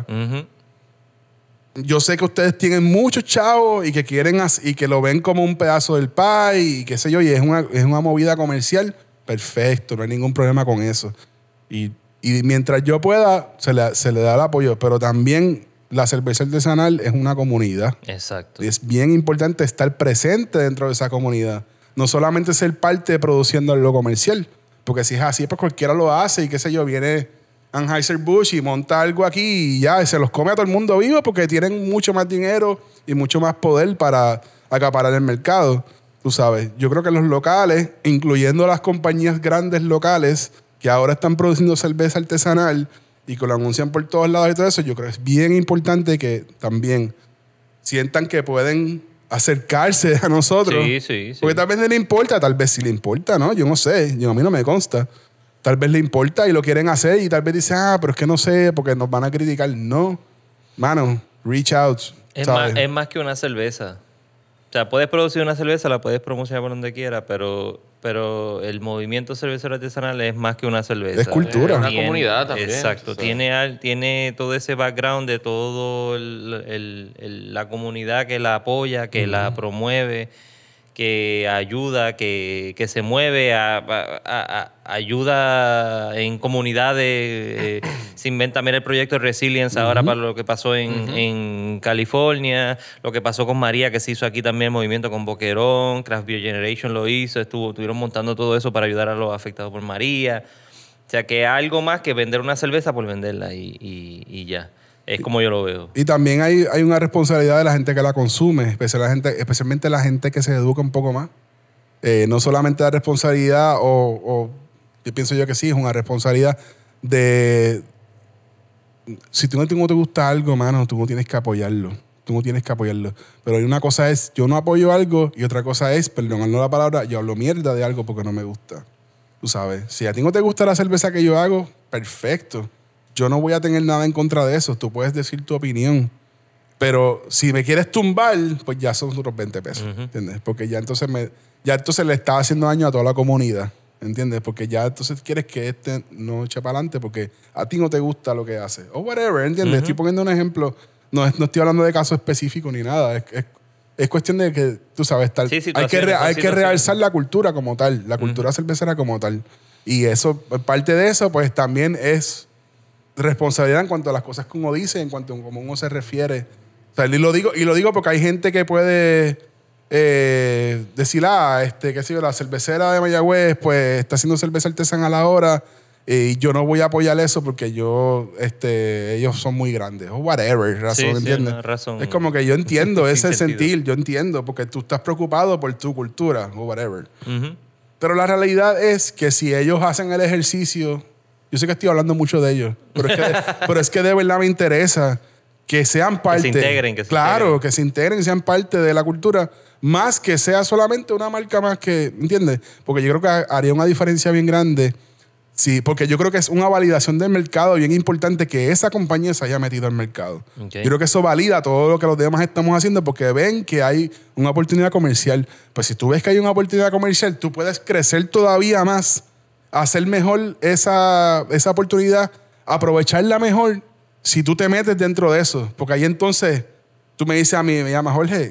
Yo sé que ustedes tienen muchos chavos y que quieren y que lo ven como un pedazo del pie y qué sé yo, y es una movida comercial. Perfecto, no hay ningún problema con eso. Y mientras yo pueda, se le da el apoyo, pero también la cerveza artesanal es una comunidad. Exacto. Y es bien importante estar presente dentro de esa comunidad. No solamente ser parte produciendo algo comercial. Porque si es así, pues cualquiera lo hace y qué sé yo, viene Anheuser-Busch y monta algo aquí y ya se los come a todo el mundo vivo porque tienen mucho más dinero y mucho más poder para acaparar el mercado. Tú sabes, yo creo que los locales, incluyendo las compañías grandes locales que ahora están produciendo cerveza artesanal y que lo anuncian por todos lados y todo eso, yo creo que es bien importante que también sientan que pueden acercarse a nosotros. Sí. Porque tal vez no le importa, tal vez sí le importa, ¿no? Yo no sé, a mí no me consta. Tal vez le importa y lo quieren hacer y tal vez dice, pero es que no sé, porque nos van a criticar. No, mano, reach out. Es más que una cerveza. O sea, puedes producir una cerveza, la puedes promocionar por donde quieras, pero el movimiento cervecero artesanal es más que una cerveza. Es cultura. Es una comunidad también. Exacto. O sea. Tiene todo ese background de todo la comunidad que la apoya, que la promueve, que ayuda, que se mueve, ayuda en comunidades. Se inventa, mira el proyecto de Resilience ahora para lo que pasó en California, lo que pasó con María, que se hizo aquí también el movimiento con Boquerón, Craft Beer Generation lo hizo, estuvieron montando todo eso para ayudar a los afectados por María. O sea, que algo más que vender una cerveza por venderla y ya. Es como yo lo veo. Y también hay una responsabilidad de la gente que la consume, especialmente la gente que se educa un poco más. No solamente la responsabilidad, o yo pienso yo que sí, es una responsabilidad de... Si tú no te gusta algo, mano, tú no tienes que apoyarlo. Tú no tienes que apoyarlo. Pero una cosa es, yo no apoyo algo, y otra cosa es, perdonando la palabra, yo hablo mierda de algo porque no me gusta. Tú sabes, si a ti no te gusta la cerveza que yo hago, perfecto. Yo no voy a tener nada en contra de eso. Tú puedes decir tu opinión. Pero si me quieres tumbar, pues ya son otros 20 pesos. ¿Entiendes? Porque ya entonces le estás haciendo daño a toda la comunidad. ¿Entiendes? Porque ya entonces quieres que no eche para adelante porque a ti no te gusta lo que hace. O whatever, ¿entiendes? Estoy poniendo un ejemplo. No estoy hablando de caso específico ni nada. Es cuestión de que, tú sabes, hay que realzar la cultura como tal. La cultura cervecera como tal. Y eso, parte de eso, pues también es responsabilidad en cuanto a las cosas que uno dice, en cuanto a cómo uno se refiere. O sea, y lo digo porque hay gente que puede decir, qué sé yo, la cervecera de Mayagüez, pues está haciendo cerveza artesanal ahora Y yo no voy a apoyar eso porque ellos son muy grandes. O whatever, razón, ¿entiendes? Una razón. Es como que yo entiendo ese sentido. sentir, yo entiendo, porque tú estás preocupado por tu cultura o whatever. Ujú. Pero la realidad es que si ellos hacen el ejercicio, yo sé que estoy hablando mucho de ellos, pero es que de verdad me interesa que sean parte. se integren, Claro, que se integren, sean parte de la cultura, más que sea solamente una marca más que, ¿entiendes? Porque yo creo que haría una diferencia bien grande. Sí, porque yo creo que es una validación del mercado bien importante que esa compañía se haya metido al mercado. Okay. Yo creo que eso valida todo lo que los demás estamos haciendo porque ven que hay una oportunidad comercial. Pues si tú ves que hay una oportunidad comercial, tú puedes crecer todavía más, hacer mejor esa oportunidad, aprovecharla mejor si tú te metes dentro de eso. Porque ahí entonces tú me dices a mí, me llamas Jorge,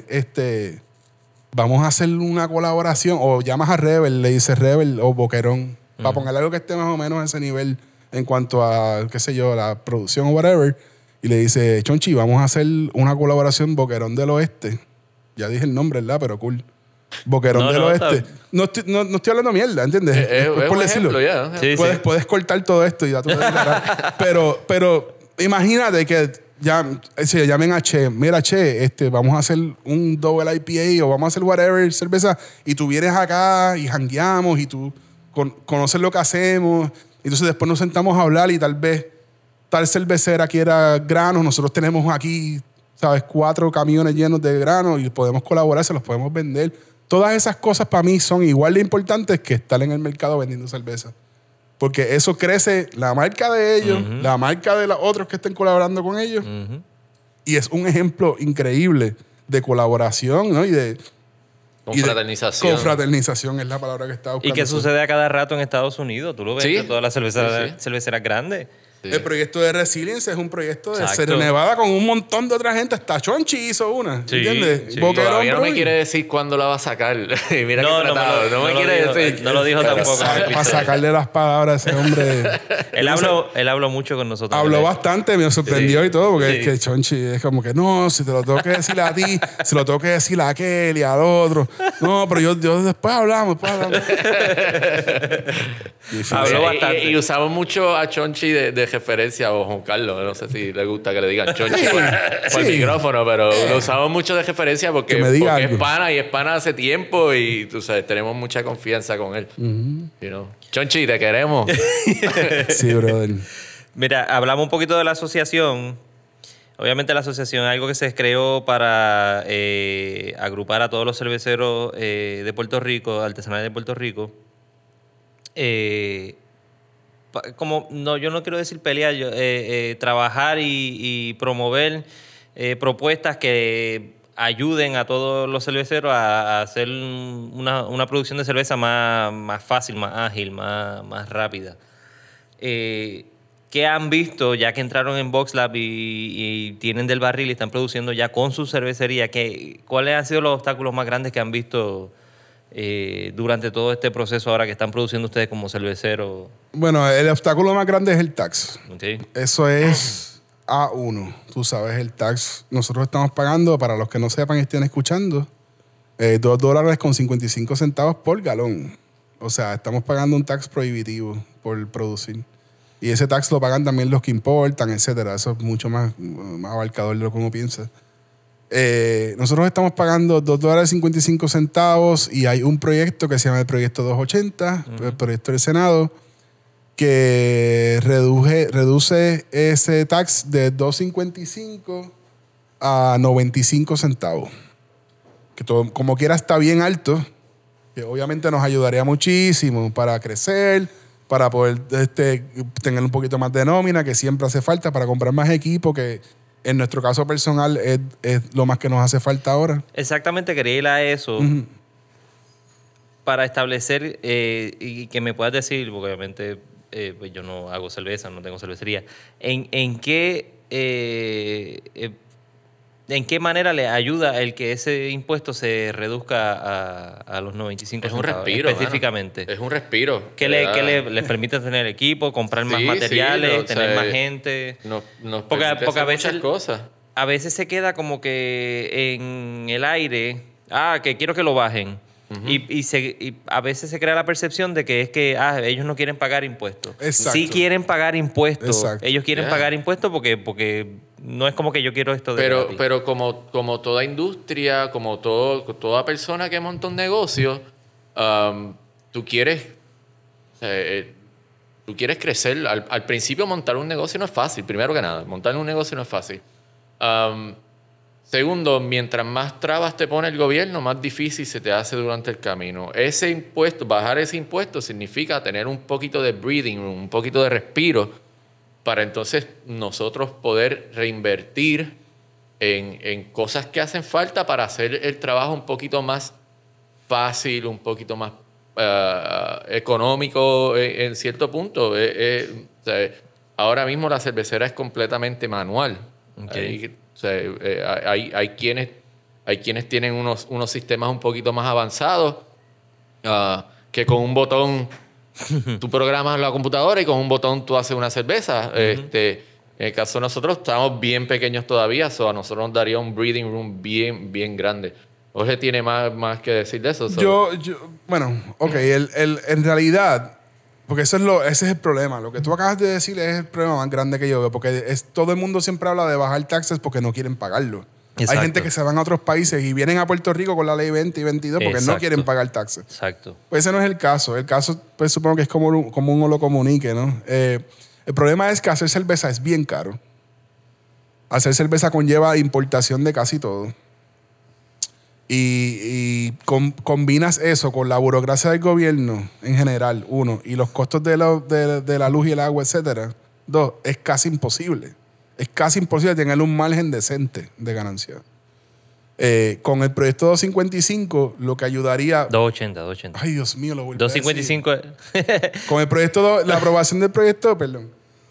vamos a hacer una colaboración, o llamas a Rebel, le dices Rebel o Boquerón, para ponerle algo que esté más o menos a ese nivel en cuanto a, qué sé yo, la producción o whatever, y le dice, Chonchi, vamos a hacer una colaboración Boquerón del Oeste. Ya dije el nombre, ¿verdad? Pero cool. Boquerón del Oeste. No estoy hablando mierda, ¿entiendes? Es por un decirlo. ejemplo, ya. Sí, Puedes cortar todo esto y ya tú puedes declarar. pero imagínate que se llamen a Che. Mira, Che, vamos a hacer un double IPA o vamos a hacer whatever, cerveza, y tú vienes acá y jangueamos y tú conoces lo que hacemos. Entonces después nos sentamos a hablar y tal vez tal cervecera quiera granos. Nosotros tenemos aquí, ¿sabes? 4 camiones llenos de granos y podemos colaborar, se los podemos vender. Todas esas cosas para mí son igual de importantes que estar en el mercado vendiendo cerveza. Porque eso crece la marca de ellos, la marca de los otros que estén colaborando con ellos. Y es un ejemplo increíble de colaboración, ¿no? Confraternización. Confraternización es la palabra que estaba buscando. Y que sucede a cada rato en Estados Unidos. Tú lo ves Sí. en todas las cerveceras, Sí. cerveceras grandes. Sí. El proyecto de Resilience es un proyecto de Exacto. Sierra Nevada con un montón de otra gente. Hasta Chonchi hizo una, Sí, ¿entiendes? sí. Boquerón Todavía no me Brewing. quiere decir cuándo la va a sacar. Y mira No, que no me tratado. lo- No me no lo quiere dijo, decir. no lo dijo tampoco. Para sacarle las palabras a ese hombre. Él habló mucho con nosotros. Habló bastante, me sorprendió Sí. y todo, porque Sí. es que Chonchi es como que no, si te lo tengo que decir a ti, si lo tengo que decir a aquel y al otro. No, pero yo después hablamos. Difícil. Habló bastante. Y usamos mucho a Chonchi de referencia, o Juan Carlos. No sé si le gusta que le digan Chonchi por el Sí. micrófono, pero lo usamos mucho de referencia porque, Que me diga porque algo. es pana y es pana hace tiempo y tú sabes, tenemos mucha confianza con él. You know. Chonchi, te queremos. Sí, brother. Mira, hablamos un poquito de la asociación. Obviamente la asociación es algo que se creó para agrupar a todos los cerveceros de Puerto Rico, artesanales de Puerto Rico. Yo no quiero decir pelear, trabajar y promover propuestas que ayuden a todos los cerveceros a hacer una producción de cerveza más fácil, más ágil, más rápida. ¿Qué han visto ya que entraron en VoxLab y tienen del barril y están produciendo ya con su cervecería? ¿Cuáles han sido los obstáculos más grandes que han visto durante todo este proceso ahora que están produciendo ustedes como cerveceros? Bueno, el obstáculo más grande es el tax. ¿Okay? Eso es A1. Tú sabes, el tax. Nosotros estamos pagando, para los que no sepan y estén escuchando, $2.55 por galón. O sea, estamos pagando un tax prohibitivo por producir. Y ese tax lo pagan también los que importan, etcétera. Eso es mucho más abarcador de lo que uno piensa. Nosotros estamos pagando $2.55 y hay un proyecto que se llama el Proyecto 280, el proyecto del Senado, que reduce ese tax de $2.55 a 95 centavos. Que todo, como quiera está bien alto, que obviamente nos ayudaría muchísimo para crecer, para poder tener un poquito más de nómina, que siempre hace falta, para comprar más equipo, que en nuestro caso personal es lo más que nos hace falta ahora. Exactamente, quería ir a eso para establecer y que me puedas decir, porque obviamente pues yo no hago cerveza, no tengo cervecería, ¿en qué manera le ayuda el que ese impuesto se reduzca a los 95 Es un centavos, respiro. específicamente? Mano. Es un respiro. ¿Qué les permite tener equipo, comprar más Sí, materiales, sí, tener o sea, más gente? Porque a veces muchas cosas. A veces se queda como que en el aire, que quiero que lo bajen. y a veces se crea la percepción de que es que ellos no quieren pagar impuestos. Exacto. Sí quieren pagar impuestos. Exacto. Ellos quieren pagar impuestos porque no es como que yo quiero esto de gratis. Pero como toda industria, como toda persona que monta un negocio, tú quieres crecer. Al principio montar un negocio no es fácil, primero que nada. Montar un negocio no es fácil. Segundo, mientras más trabas te pone el gobierno, más difícil se te hace durante el camino. Ese impuesto, bajar ese impuesto significa tener un poquito de breathing room, un poquito de respiro, para entonces nosotros poder reinvertir en cosas que hacen falta para hacer el trabajo un poquito más fácil, un poquito más económico en cierto punto. O sea, ahora mismo la cervecera es completamente manual. Okay. Hay quienes tienen unos sistemas un poquito más avanzados que con un botón tú programas la computadora y con un botón tú haces una cerveza. En el caso de nosotros estamos bien pequeños todavía, a nosotros nos daría un breathing room bien, bien grande. Jorge tiene más que decir de eso. Bueno, ok, en realidad, porque ese es el problema. Lo que tú acabas de decir es el problema más grande que yo veo, porque todo el mundo siempre habla de bajar taxes porque no quieren pagarlo. Exacto. Hay gente que se van a otros países y vienen a Puerto Rico con la ley 20 y 22 porque no quieren pagar taxes. Exacto. Pues ese no es el caso. El caso, pues supongo que es como uno lo comunique, ¿no? El problema es que hacer cerveza es bien caro. Hacer cerveza conlleva importación de casi todo. Y combinas eso con la burocracia del gobierno en general, uno, y los costos de la luz y el agua, etcétera. Dos, es casi imposible. Es casi imposible tener un margen decente de ganancia. Con el proyecto 255, lo que ayudaría... 280. Ay, Dios mío, lo volví a decir. 255. Con el proyecto, la aprobación del proyecto, perdón.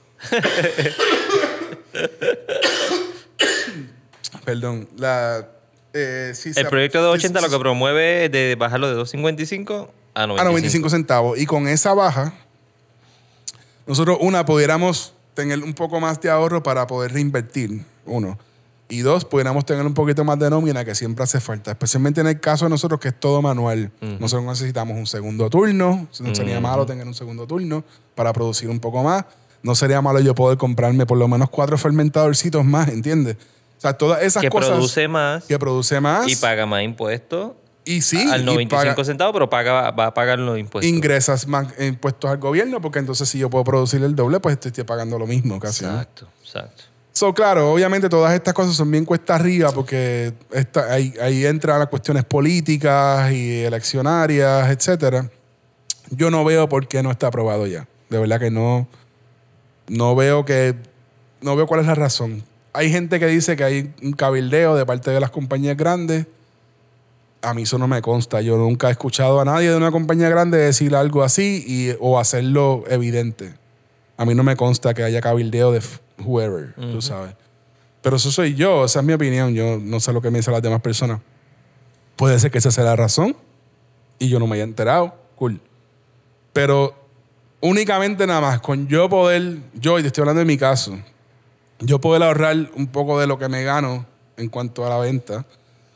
Perdón, el proyecto de 280 lo que promueve es de bajarlo de 2.55 a 95 centavos. Y con esa baja, nosotros, pudiéramos tener un poco más de ahorro para poder reinvertir, uno. Y dos, pudiéramos tener un poquito más de nómina que siempre hace falta. Especialmente en el caso de nosotros que es todo manual. Nosotros necesitamos un segundo turno. No sería malo tener un segundo turno para producir un poco más. No sería malo yo poder comprarme por lo menos 4 fermentadorcitos más, ¿entiendes? O sea, todas esas cosas... Que produce más. Y paga más impuestos. Y sí. Al 95 centavos, pero va a pagar los impuestos. Ingresas más impuestos al gobierno, porque entonces si yo puedo producir el doble, pues estoy pagando lo mismo casi. Exacto. Claro, obviamente todas estas cosas son bien cuesta arriba porque ahí entran las cuestiones políticas y eleccionarias, etcétera. Yo no veo por qué no está aprobado ya. De verdad que no veo cuál es la razón. Hay gente que dice que hay un cabildeo de parte de las compañías grandes. A mí eso no me consta. Yo nunca he escuchado a nadie de una compañía grande decir algo así o hacerlo evidente. A mí no me consta que haya cabildeo de whoever, tú sabes. Pero eso soy yo, esa es mi opinión. Yo no sé lo que me dicen las demás personas. Puede ser que esa sea la razón y yo no me haya enterado. Cool. Pero únicamente nada más con yo y te estoy hablando de mi caso, yo poder ahorrar un poco de lo que me gano en cuanto a la venta.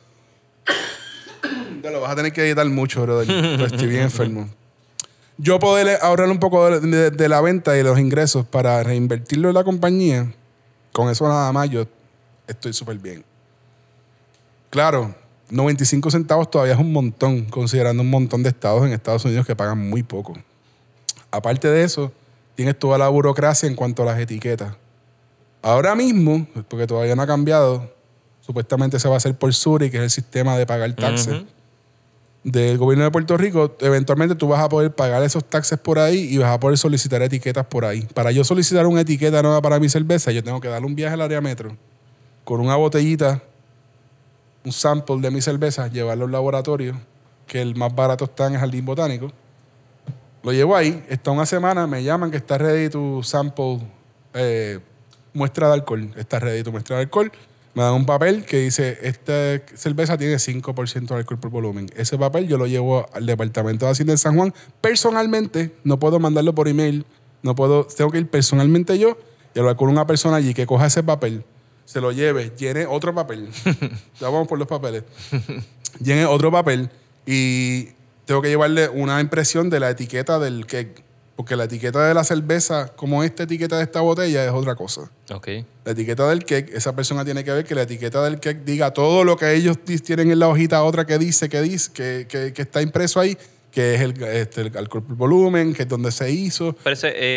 Te lo vas a tener que editar mucho, brother. Estoy bien enfermo. Yo poder ahorrar un poco de la venta y los ingresos para reinvertirlo en la compañía, con eso nada más yo estoy súper bien. Claro, 95 centavos todavía es un montón, considerando un montón de estados en Estados Unidos que pagan muy poco. Aparte de eso, tienes toda la burocracia en cuanto a las etiquetas. Ahora mismo, porque todavía no ha cambiado, supuestamente se va a hacer por Suri, que es el sistema de pagar taxes del gobierno de Puerto Rico. Eventualmente tú vas a poder pagar esos taxes por ahí y vas a poder solicitar etiquetas por ahí. Para yo solicitar una etiqueta nueva para mi cerveza, yo tengo que darle un viaje al área metro con una botellita, un sample de mi cerveza, llevarlo al laboratorio, que el más barato está en el Jardín Botánico. Lo llevo ahí, está una semana, me llaman que está ready tu sample, muestra de alcohol. Está ready tu muestra de alcohol. Me dan un papel que dice, esta cerveza tiene 5% de alcohol por volumen. Ese papel yo lo llevo al Departamento de Hacienda de San Juan. Personalmente, no puedo mandarlo por email. Tengo que ir personalmente yo y hablar con una persona allí que coja ese papel, se lo lleve, llene otro papel. Ya vamos por los papeles. Llene otro papel, y tengo que llevarle una impresión de la etiqueta del keg. Porque la etiqueta de la cerveza, como esta etiqueta de esta botella, es otra cosa. Ok. La etiqueta del keg, esa persona tiene que ver que la etiqueta del keg diga todo lo que ellos tienen en la hojita, otra que dice que está impreso ahí, que es el alcohol por volumen, que es donde se hizo. Pero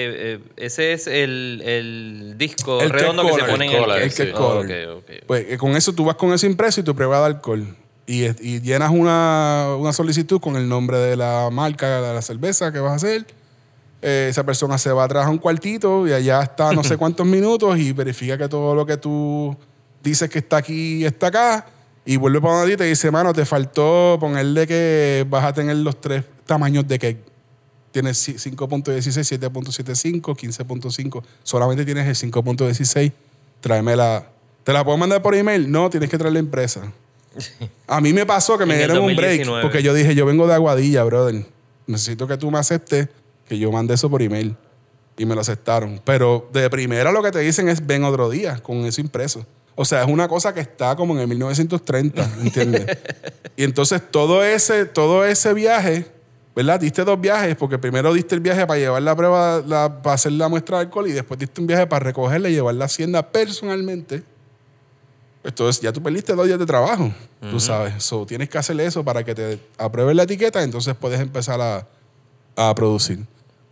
ese es el disco El redondo keg que se color, pone en el el keg. keg Oh, color. ok. Pues con eso tú vas con eso impreso y tu prueba de alcohol. Y llenas una solicitud con el nombre de la marca de la cerveza que vas a hacer. Esa persona se va atrás a un cuartito y allá está no sé cuántos minutos y verifica que todo lo que tú dices que está aquí está acá y vuelve para donde ti y te dice, mano, te faltó ponerle que vas a tener los 3 tamaños de keg. Tienes 5.16, 7.75, 15.5. Solamente tienes el 5.16. Tráemela. ¿Te la puedo mandar por email? No, tienes que traerla impresa. A mí me pasó que me En el dieron un break 2019. porque yo dije, yo vengo de Aguadilla, brother. Necesito que tú me aceptes que yo mandé eso por email. Y me lo aceptaron. Pero de primera lo que te dicen es ven otro día con eso impreso. O sea, es una cosa que está como en el 1930, ¿entiendes? Y entonces todo ese viaje, ¿verdad? Diste 2 viajes, porque primero diste el viaje para llevar la prueba, para hacer la muestra de alcohol, y después diste un viaje para recogerla y llevar la hacienda personalmente. Entonces ya tú perdiste 2 días de trabajo, tú sabes. So, tienes que hacer eso para que te aprueben la etiqueta, entonces puedes empezar a producir.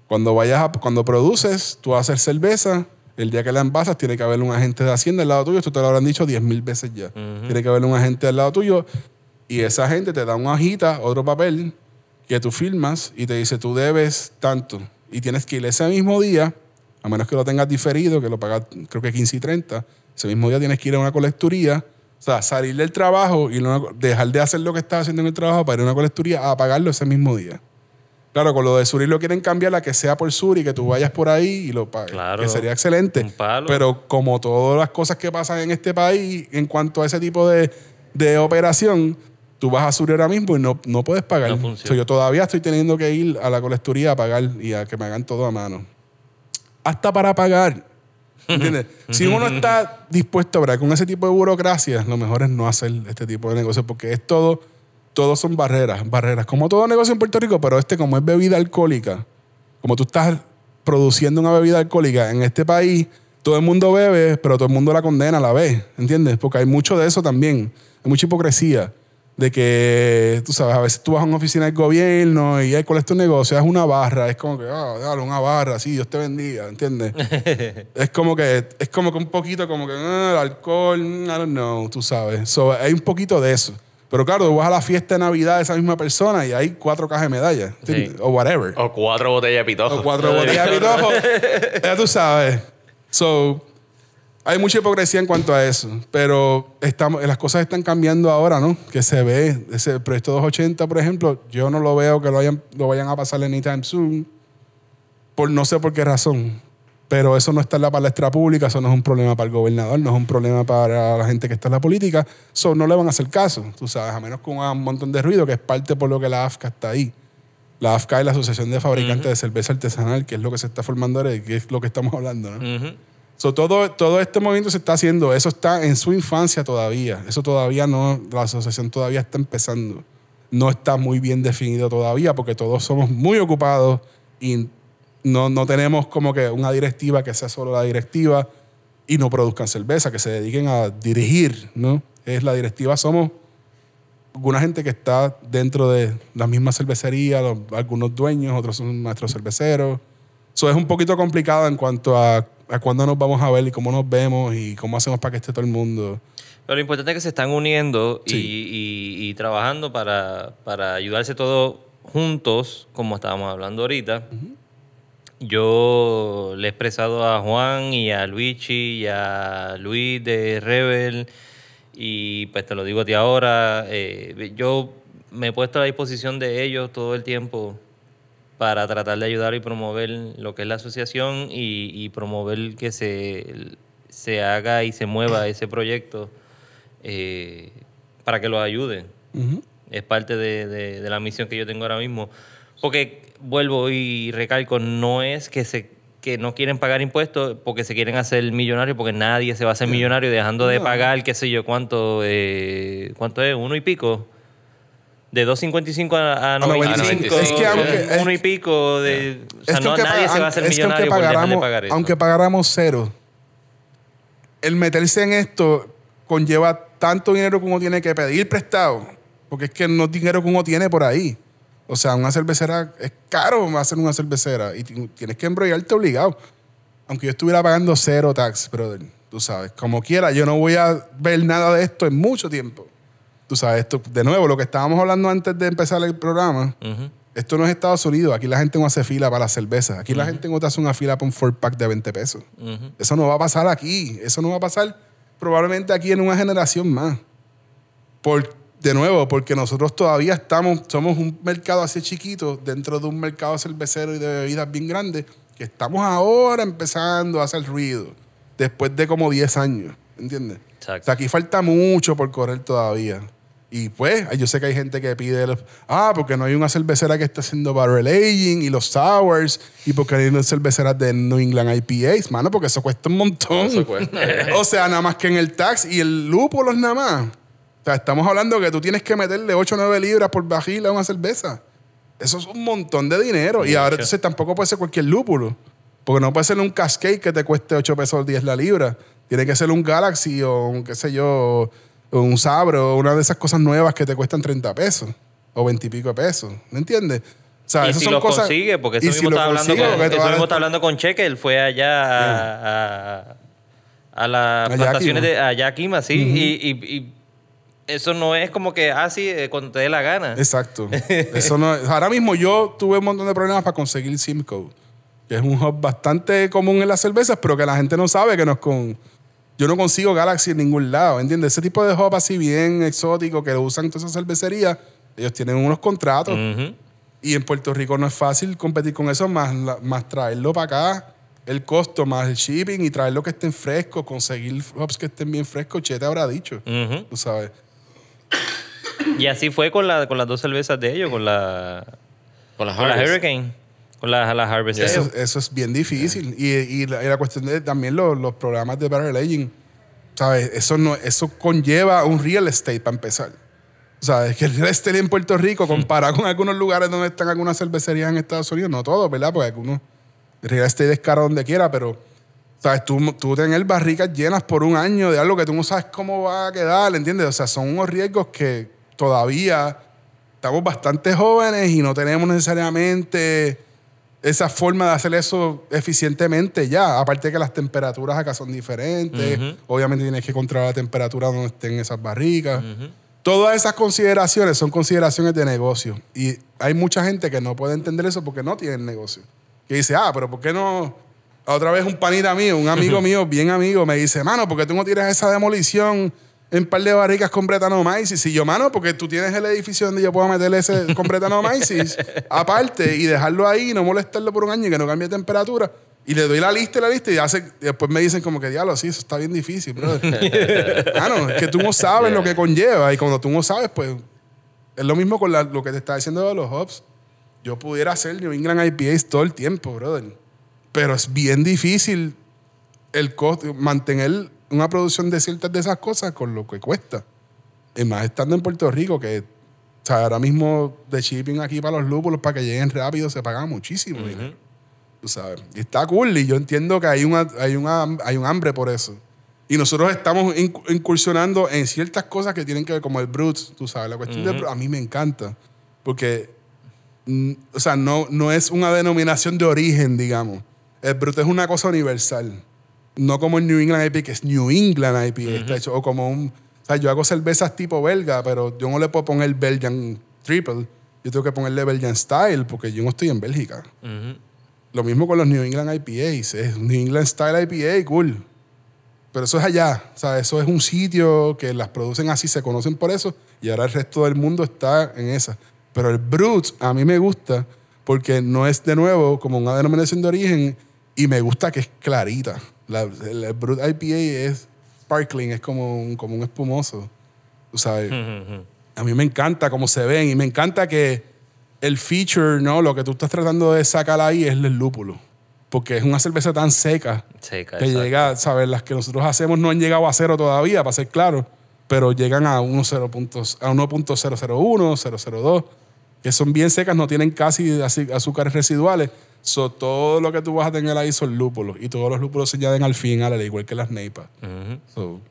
Cuando produces, tú vas a hacer cerveza. El día que la envasas, tiene que haber un agente de Hacienda al lado tuyo. Esto te lo habrán dicho 10,000 veces ya. Tiene que haber un agente al lado tuyo. Y esa gente te da una hojita, otro papel, que tú firmas y te dice, tú debes tanto. Y tienes que ir ese mismo día, a menos que lo tengas diferido, que lo pagas creo que 15 y 30. Ese mismo día tienes que ir a una colecturía. O sea, salir del trabajo y dejar de hacer lo que estás haciendo en el trabajo para ir a una colecturía a pagarlo ese mismo día. Claro, con lo de Suri lo quieren cambiar a que sea por Suri, que tú vayas por ahí y lo pagues. Claro. Que sería excelente. Un palo. Pero como todas las cosas que pasan en este país en cuanto a ese tipo de operación, tú vas a Suri ahora mismo y no puedes pagar. No funciona. So, yo todavía estoy teniendo que ir a la colecturía a pagar y a que me hagan todo a mano. Hasta para pagar. ¿Entiendes? Si uno está dispuesto a hablar con ese tipo de burocracia, lo mejor es no hacer este tipo de negocios porque es todo son barreras. Como todo negocio en Puerto Rico, pero como es bebida alcohólica, como tú estás produciendo una bebida alcohólica en este país, todo el mundo bebe, pero todo el mundo la condena a la vez, ¿entiendes? Porque hay mucho de eso también. Hay mucha hipocresía de que, tú sabes, a veces tú vas a una oficina del gobierno y ¿cuál es tu negocio? Es una barra. Es como que, dale, una barra, sí, Dios te bendiga, ¿entiendes? es como que un poquito como que, el alcohol, I don't know, tú sabes. So, hay un poquito de eso. Pero claro, tú vas a la fiesta de Navidad de esa misma persona y hay 4 cajas de medallas, ¿entiendes? Sí. O whatever. O 4 botellas de pitojo. O 4 botellas de pitojo. Ya tú sabes. So, hay mucha hipocresía en cuanto a eso. Pero las cosas están cambiando ahora, ¿no? Que se ve. Ese proyecto 280, por ejemplo, yo no lo veo que lo vayan a pasar anytime soon. No sé por qué razón. Pero eso no está en la palestra pública, eso no es un problema para el gobernador, no es un problema para la gente que está en la política. So, no le van a hacer caso, tú sabes, a menos que un montón de ruido, que es parte por lo que la AFCA está ahí. La AFCA es la Asociación de Fabricantes de Cerveza Artesanal, que es lo que se está formando ahora y que es lo que estamos hablando, ¿no? So, todo este movimiento se está haciendo, eso está en su infancia todavía. Eso todavía no, la asociación todavía está empezando. No está muy bien definido todavía porque todos somos muy ocupados y no tenemos como que una directiva que sea solo la directiva y no produzcan cerveza, que se dediquen a dirigir, ¿no? Es la directiva, somos alguna gente que está dentro de la misma cervecería, algunos dueños, otros son maestros cerveceros. Eso es un poquito complicado en cuanto a cuándo nos vamos a ver y cómo nos vemos y cómo hacemos para que esté todo el mundo. Pero lo importante es que se están uniendo Sí. y trabajando para ayudarse todos juntos, como estábamos hablando ahorita. Yo le he expresado a Juan y a Luigi y a Luis de Rebel y pues te lo digo a ti ahora, yo me he puesto a la disposición de ellos todo el tiempo para tratar de ayudar y promover lo que es la asociación y promover que se haga y se mueva ese proyecto para que los ayuden. Es parte de la misión que yo tengo ahora mismo. Porque, vuelvo y recalco, no es que no quieren pagar impuestos porque se quieren hacer millonarios, porque nadie se va a hacer millonario dejando de pagar, qué sé yo, ¿cuánto es? 1 y pico. De 2.55 a 95. Es que aunque... uno y pico de... O sea, es que no, nadie se va a hacer millonario por dejar de pagar eso. Aunque pagáramos cero, el meterse en esto conlleva tanto dinero que uno tiene que pedir prestado. Porque es que no es dinero que uno tiene por ahí. O sea, una cervecera... Es caro hacer una cervecera. Y tienes que embrollarte obligado. Aunque yo estuviera pagando cero tax, brother. Tú sabes, como quiera, yo no voy a ver nada de esto en mucho tiempo. Tú sabes, esto, de nuevo, lo que estábamos hablando antes de empezar el programa, esto no es Estados Unidos. Aquí la gente no hace fila para las cervezas. Aquí la gente no te hace una fila para un 4-pack de 20 pesos. Eso no va a pasar aquí. Eso no va a pasar probablemente aquí en una generación más. De nuevo, porque nosotros todavía somos un mercado así chiquito dentro de un mercado cervecero y de bebidas bien grande que estamos ahora empezando a hacer ruido después de como 10 años. ¿Entiendes? Exacto. O sea, aquí falta mucho por correr todavía. Y pues, yo sé que hay gente que pide, porque no hay una cervecera que esté haciendo barrel aging y los sours, y porque hay unas cerveceras de New England IPAs, mano, porque eso cuesta un montón. Eso cuesta. O sea, nada más que en el tax y el lúpulo es nada más. O sea, estamos hablando que tú tienes que meterle 8 o 9 libras por barril a una cerveza. Eso es un montón de dinero. Y ahora entonces tampoco puede ser cualquier lúpulo. Porque no puede ser un Cascade que te cueste 8 pesos 10 la libra. Tiene que ser un Galaxy o un, qué sé yo, un Sabro, una de esas cosas nuevas que te cuestan 30 pesos o 20 y pico de pesos. ¿Me entiendes? O sea, y esas si son lo cosas, consigue, porque eso mismo está hablando con Cheque, él fue allá a las plantaciones de Yakima, sí, y eso no es como que, cuando te dé la gana. Exacto. Eso no, ahora mismo yo tuve un montón de problemas para conseguir Simcoe, que es un hub bastante común en las cervezas, pero que la gente no sabe que no es con... Yo no consigo Galaxy en ningún lado, ¿entiendes? Ese tipo de hub así bien exótico que lo usan en todas esas cervecerías, ellos tienen unos contratos. Y en Puerto Rico no es fácil competir con eso, más traerlo para acá, el costo, más el shipping y traerlo que estén frescos, conseguir hubs que estén bien frescos, Che te habrá dicho, tú sabes. Y así fue con las dos cervezas de ellos, con la Hurricane, con la Harvest. Eso es bien difícil. Y la cuestión de también los programas de barrel aging, ¿sabes? Eso conlleva un real estate para empezar. ¿Sabes? Que el real estate en Puerto Rico, comparado con algunos lugares donde están algunas cervecerías en Estados Unidos, no todos, ¿verdad? Porque algunos real estate es caro donde quiera, pero ¿sabes? Tú tener barricas llenas por un año de algo que tú no sabes cómo va a quedar, ¿entiendes? O sea, son unos riesgos que todavía estamos bastante jóvenes y no tenemos necesariamente esa forma de hacer eso eficientemente ya. Aparte de que las temperaturas acá son diferentes. Obviamente tienes que controlar la temperatura donde estén esas barricas. Todas esas consideraciones son consideraciones de negocio. Y hay mucha gente que no puede entender eso porque no tienen negocio. Que dice, pero ¿por qué no...? Otra vez un panita mío, un amigo mío, bien amigo, me dice, mano, ¿por qué tú no tiras esa demolición en un par de barricas con Brettanomyces? Y yo, mano, porque tú tienes el edificio donde yo puedo meterle ese con Brettanomyces aparte y dejarlo ahí y no molestarlo por un año y que no cambie de temperatura. Y le doy la lista y después me dicen como que, diablo, sí, eso está bien difícil, brother. Mano, es que tú no sabes lo que conlleva y cuando tú no sabes, pues es lo mismo con lo que te está diciendo de los hops. Yo pudiera hacer New England IPAs todo el tiempo, brother. Pero es bien difícil el costo, mantener una producción de ciertas de esas cosas con lo que cuesta. Y más estando en Puerto Rico, que o sea, ahora mismo de shipping aquí para los lúpulos, para que lleguen rápido, se paga muchísimo dinero. Tú sabes. Y está cool y yo entiendo que hay un hambre por eso. Y nosotros estamos incursionando en ciertas cosas que tienen que ver como el Brut, tú sabes. La cuestión del Brut a mí me encanta. Porque, o sea, no es una denominación de origen, digamos. El Brut es una cosa universal. No como el New England IPA, que es New England IPA. Está hecho, o como o sea, yo hago cervezas tipo belga, pero yo no le puedo poner Belgian Triple. Yo tengo que ponerle Belgian Style porque yo no estoy en Bélgica. Lo mismo con los New England IPAs. Es New England Style IPA, cool. Pero eso es allá. O sea, eso es un sitio que las producen así, se conocen por eso. Y ahora el resto del mundo está en esa. Pero el Brut a mí me gusta porque no es de nuevo como una denominación de origen y me gusta que es clarita. El Brut IPA es sparkling, es como un espumoso. Tú sabes. A mí me encanta cómo se ven y me encanta que el feature, ¿no? Lo que tú estás tratando de sacar ahí es el lúpulo. Porque es una cerveza tan seca que exacto. llega, ¿sabes? Las que nosotros hacemos no han llegado a cero todavía, para ser claro. pero llegan a 1.001, 0.02, que son bien secas, no tienen casi azúcares residuales. So, todo lo que tú vas a tener ahí son lúpulos, y todos los lúpulos se añaden al final, al igual que las neipas. So,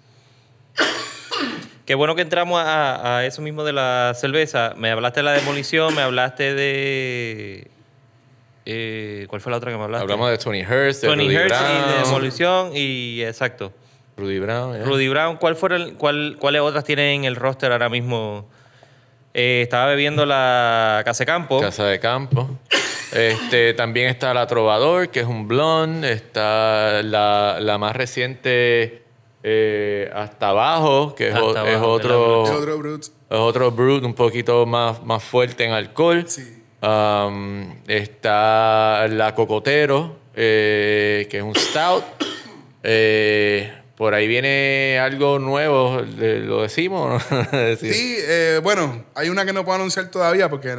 Qué bueno que entramos a eso mismo de la cerveza. Me hablaste de la demolición, me hablaste de... ¿cuál fue la otra que me hablaste? Hablamos de Tony Hurst, de Tony Rudy Hurst Brown. y de demolición y... Exacto. Rudy Brown, yeah. Rudy Brown, ¿cuáles otras tienen en el roster ahora mismo? Estaba bebiendo la Casa de Campo. Casa de Campo. También está la Trovador, que es un blonde. Está la más reciente, Hasta Abajo, que es otro Brut. es otro Brut un poquito más fuerte en alcohol. Sí. Está la Cocotero, que es un stout. Por ahí viene algo nuevo, ¿lo decimos? Sí, bueno, hay una que no puedo anunciar todavía porque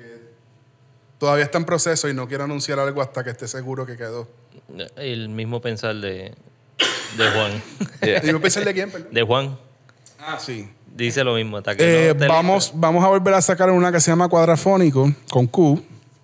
todavía está en proceso y no quiero anunciar algo hasta que esté seguro que quedó. El mismo pensar de Juan. ¿Digo pensar de quién? Perdón? De Juan. Ah, sí. Dice lo mismo. Hasta que no te vamos a volver a sacar una que se llama Cuadrafónico, con Q,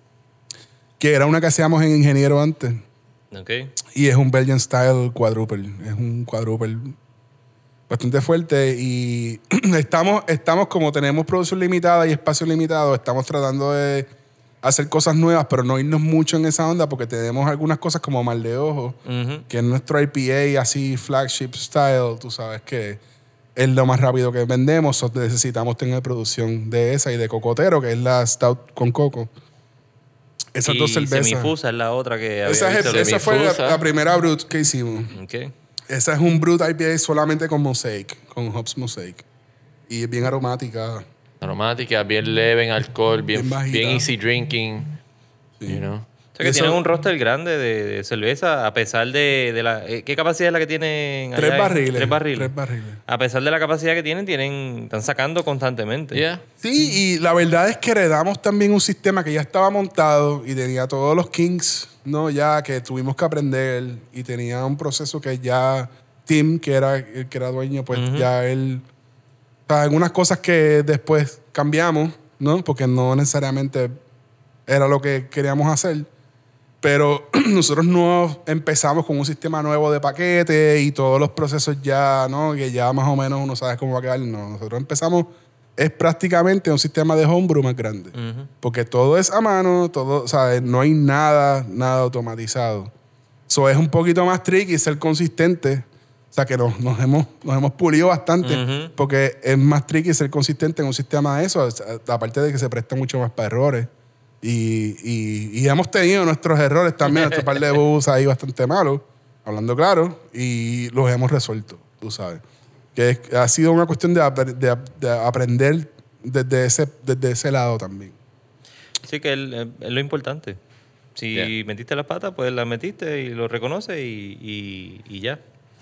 que era una que hacíamos en Ingeniero antes. Okay. Y es un Belgian Style quadruple. Es un quadruple bastante fuerte. Y estamos como tenemos producción limitada y espacio limitado, estamos tratando de hacer cosas nuevas, pero no irnos mucho en esa onda porque tenemos algunas cosas como Mal de Ojo, que es nuestro IPA así flagship style, tú sabes que es lo más rápido que vendemos. So necesitamos tener producción de esa y de Cocotero, que es la Stout con coco. Esas dos cervezas. Semifusa es la otra que había visto. Esa fue la primera Brut que hicimos. Okay. Esa es un Brut IPA solamente con Mosaic, con hops Mosaic. Y es bien aromática. Aromática, bien leve en alcohol, bien bajita. easy drinking. Sí. You know? O sea que tienen un roster grande de cerveza, a pesar de la... ¿Qué capacidad es la que tienen? 3 barriles. 3 barriles. 3 barriles. A pesar de la capacidad que tienen, están sacando constantemente. Yeah. Sí, y la verdad es que heredamos también un sistema que ya estaba montado y tenía todos los kinks, ¿no? Ya que tuvimos que aprender, y tenía un proceso que ya Tim, que era el que era dueño, pues ya él... O sea, algunas cosas que después cambiamos, ¿no? Porque no necesariamente era lo que queríamos hacer. Pero nosotros no empezamos con un sistema nuevo de paquete y todos los procesos ya, ¿no? Que ya más o menos uno sabe cómo va a quedar. No, nosotros empezamos, es prácticamente un sistema de homebrew más grande. Porque todo es a mano, todo, ¿sabes? No hay nada automatizado. So es un poquito más tricky ser consistente. O sea, que nos hemos pulido bastante porque es más tricky ser consistente en un sistema de eso, aparte de que se presta mucho más para errores. Y hemos tenido nuestros errores también, nuestro par de bugs ahí bastante malos, hablando claro, y los hemos resuelto, tú sabes. Que ha sido una cuestión de aprender desde ese lado también. Sí, que es lo importante. Si metiste las patas, pues las metiste y lo reconoces y ya.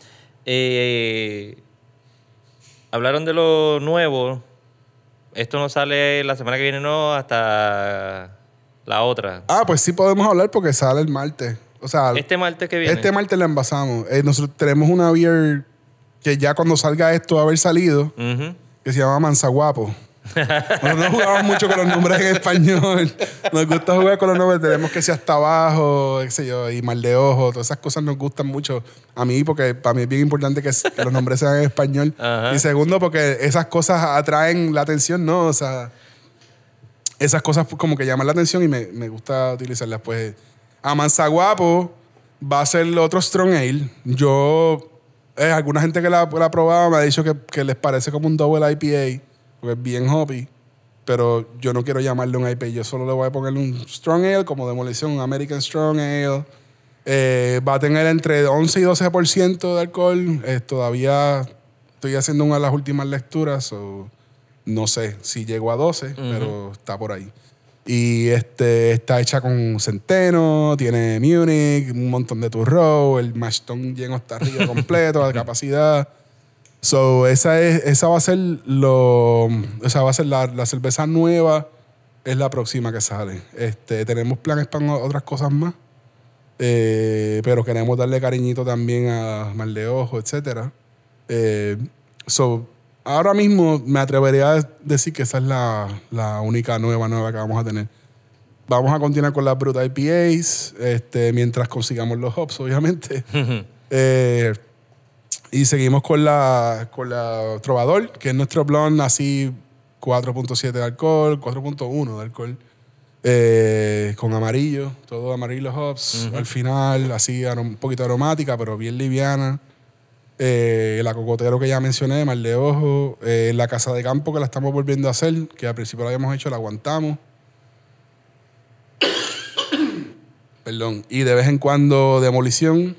Hablaron de lo nuevo. Esto no sale la semana que viene, no, hasta la otra. Ah, pues sí podemos hablar porque sale el martes. O sea, este martes que viene. Este martes la envasamos. Nosotros tenemos una beer que ya cuando salga esto va a haber salido, que se llama Manzaguapo. Nosotros no jugamos mucho con los nombres en español. Nos gusta jugar con los nombres. Tenemos que ser Hasta Abajo, qué sé yo, y Mal de Ojo. Todas esas cosas nos gustan mucho a mí, porque para mí es bien importante que los nombres sean en español. Y segundo, porque esas cosas atraen la atención, ¿no? O sea, esas cosas como que llaman la atención y me gusta utilizarlas. Pues a Manzaguapo va a ser el otro Strong Ale. Alguna gente que la ha probado me ha dicho que les parece como un double IPA, porque es bien hoppy, pero yo no quiero llamarle un IPA. Yo solo le voy a poner un Strong Ale como Demolición, un American Strong Ale. Va a tener entre 11 y 12% de alcohol. Todavía estoy haciendo una de las últimas lecturas, no sé si llegó a 12, pero está por ahí. Y está hecha con centeno, tiene Munich, un montón de turro, el mashtón lleno hasta arriba completo, de capacidad. So, esa va a ser la cerveza nueva, es la próxima que sale. Tenemos planes para otras cosas más, pero queremos darle cariñito también a Mal de Ojo, etc. ahora mismo me atrevería a decir que esa es la única nueva que vamos a tener. Vamos a continuar con las Brut IPAs, mientras consigamos los hops, obviamente. Y seguimos con la Trovador, que es nuestro blonde así 4.7 de alcohol, 4.1 de alcohol. Con amarillo, todo amarillo hops. Al final, así un poquito aromática, pero bien liviana. La cocotero que ya mencioné, mal de ojo. La casa de campo que la estamos volviendo a hacer, que al principio la habíamos hecho, la aguantamos. Perdón. Y de vez en cuando demolición.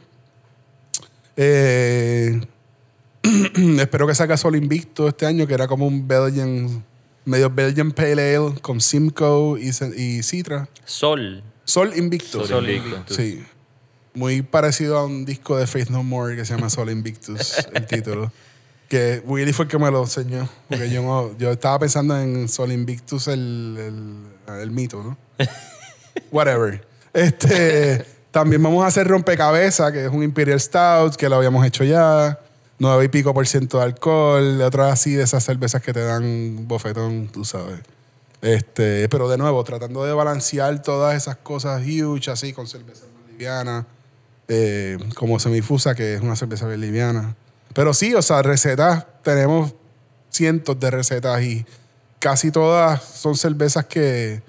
Espero que salga Sol Invicto este año, que era como un medio Belgian Pale Ale con Simcoe y Citra. Sol Invictus. Sol Invictus. Sí. Muy parecido a un disco de Faith No More que se llama Sol Invictus, el título. Que Willy fue el que me lo enseñó. Porque yo estaba pensando en Sol Invictus, el mito, ¿no? Whatever. También vamos a hacer Rompecabezas, que es un Imperial Stout, que lo habíamos hecho ya. 9 y pico % de alcohol. Otras así de esas cervezas que te dan bofetón, tú sabes. Pero de nuevo, tratando de balancear todas esas cosas huge, así, con cervezas más livianas. Como Semifusa, que es una cerveza bien liviana. Pero sí, o sea, recetas, tenemos cientos de recetas y casi todas son cervezas que,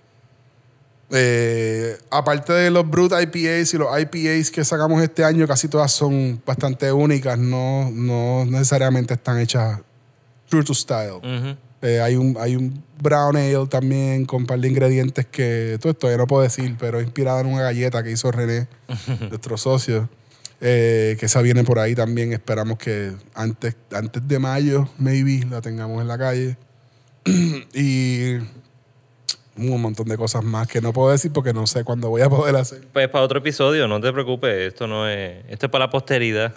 aparte de los Brut IPAs y los IPAs que sacamos este año, casi todas son bastante únicas, no necesariamente están hechas true to style. Hay un brown ale también con un par de ingredientes que todo esto ya no puedo decir, pero inspirada en una galleta que hizo René, nuestro socio, que esa viene por ahí también. Esperamos que antes de mayo, maybe, la tengamos en la calle. Y un montón de cosas más que no puedo decir porque no sé cuándo voy a poder hacer. Pues para otro episodio, no te preocupes, esto es para la posteridad.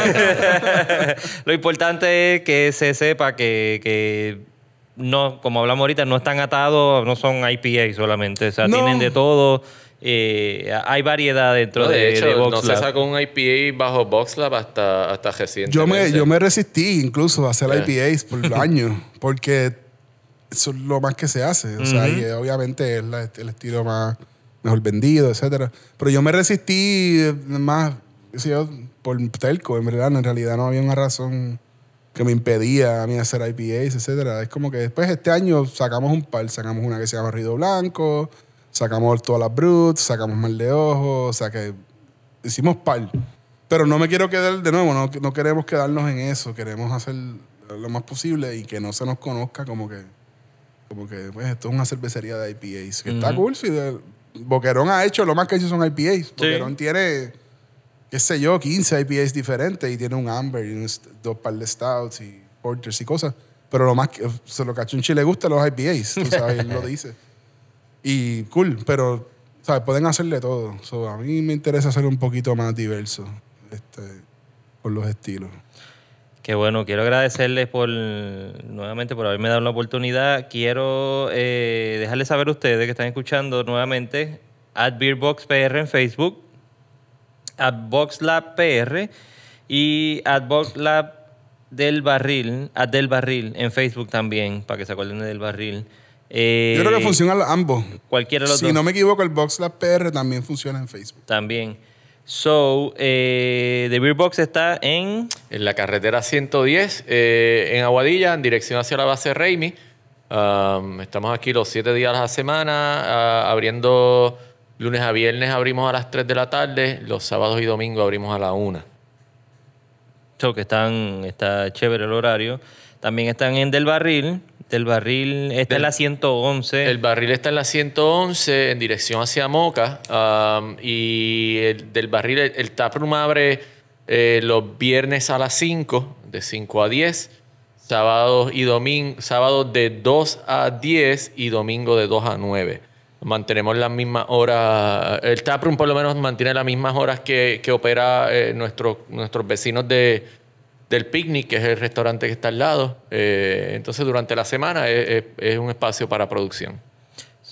Lo importante es que se sepa que no, como hablamos ahorita, no están atados, no son IPA solamente, o sea, tienen de todo. Hay variedad dentro de hecho, Box no Lab. se sacó un IPA bajo Box Lab hasta recientemente. Yo me resistí incluso a hacer IPAs por años, porque eso es lo más que se hace. O sea, y obviamente es el estilo mejor vendido, etcétera. Pero yo me resistí más, qué sé yo, por telco, en verdad. En realidad no había una razón que me impedía a mí hacer IPAs, etcétera. Es como que después este año sacamos un par. Sacamos una que se llama Ruido Blanco, sacamos todas las Brut, sacamos Mal de Ojo, o sea que hicimos par. Pero no me quiero quedar, de nuevo, no queremos quedarnos en eso. Queremos hacer lo más posible y que no se nos conozca como que pues esto es una cervecería de IPAs. Que está cool. Si Boquerón ha hecho, lo más que ha hecho son IPAs. Boquerón tiene, qué sé yo, 15 IPAs diferentes y tiene un Amber y dos par de Stouts y Porters y cosas. Pero lo más que a Chunchi le gusta los IPAs, tú sabes, él lo dice. Y cool, pero ¿sabes? Pueden hacerle todo. So, a mí me interesa hacer un poquito más diverso por los estilos. Qué bueno, quiero agradecerles nuevamente por haberme dado la oportunidad. Quiero dejarles saber a ustedes que están escuchando nuevamente @BeerBoxPR en Facebook, @BoxLabPR y @BoxLab del Barril en Facebook también, para que se acuerden del Barril. Yo creo que funcionan ambos. Cualquiera de los dos. Si no me equivoco, el BoxLab PR también funciona en Facebook. También. So, The Beer Box está en la carretera 110, en Aguadilla, en dirección hacia la base Raimi. Estamos aquí los 7 días a la semana, abriendo lunes a viernes, abrimos a las 3 de la tarde, los sábados y domingos abrimos a la 1. So, que está chévere el horario. También están en Del Barril. Del Barril está en la 111. El Barril está en la 111 en dirección hacia Moca. Y del Barril, el taproom abre los viernes a las 5, de 5 a 10. Sábados de 2 a 10 y domingo de 2 a 9. Mantenemos las mismas horas. El taproom por lo menos mantiene las mismas horas que opera nuestros vecinos del Picnic, que es el restaurante que está al lado. Entonces, durante la semana es un espacio para producción.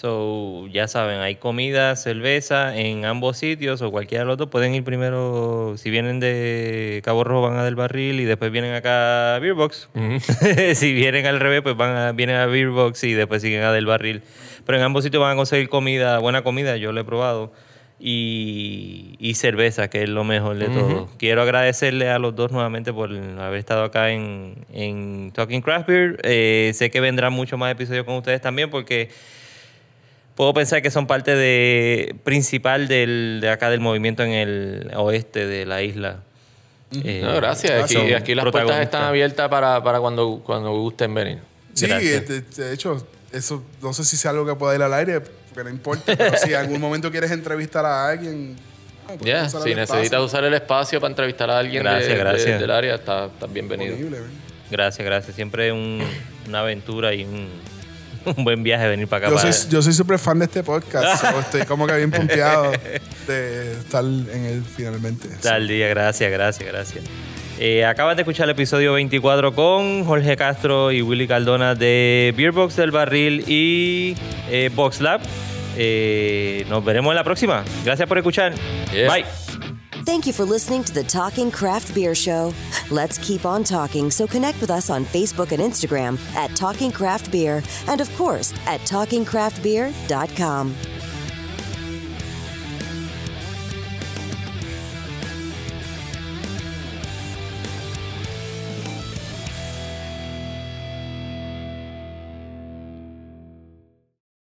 So, ya saben, hay comida, cerveza en ambos sitios o cualquiera de los dos. Pueden ir primero, si vienen de Cabo Rojo van a Del Barril y después vienen acá a Beer Box. Si vienen al revés, pues vienen a Beer Box y después siguen a Del Barril. Pero en ambos sitios van a conseguir comida, buena comida, yo lo he probado. Y cerveza, que es lo mejor de todo. Quiero agradecerle a los dos nuevamente por haber estado acá en Talking Craft Beer. Sé que vendrán muchos más episodios con ustedes también porque puedo pensar que son parte principal de acá del movimiento en el oeste de la isla. No, gracias. Aquí las puertas están abiertas para cuando gusten venir. Sí, de hecho, eso no sé si sea algo que pueda ir al aire, porque no importa, pero si en algún momento quieres entrevistar a alguien... Si necesitas usar el espacio para entrevistar a alguien del área, estás bienvenido. Gracias. Siempre una aventura y un buen viaje venir para acá. Yo soy súper fan de este podcast. Estoy como que bien pompeado de estar en él finalmente. Tal día, gracias. Acabas de escuchar el episodio 24 con Jorge Castro y Willy Cardona de Beer Box Del Barril y Box Lab. Nos veremos en la próxima. Gracias por escuchar. Yeah. Bye. Thank you for listening to the Talking Craft Beer Show. Let's keep on talking, so connect with us on Facebook and Instagram at Talking Craft Beer, and of course at TalkingCraftBeer.com.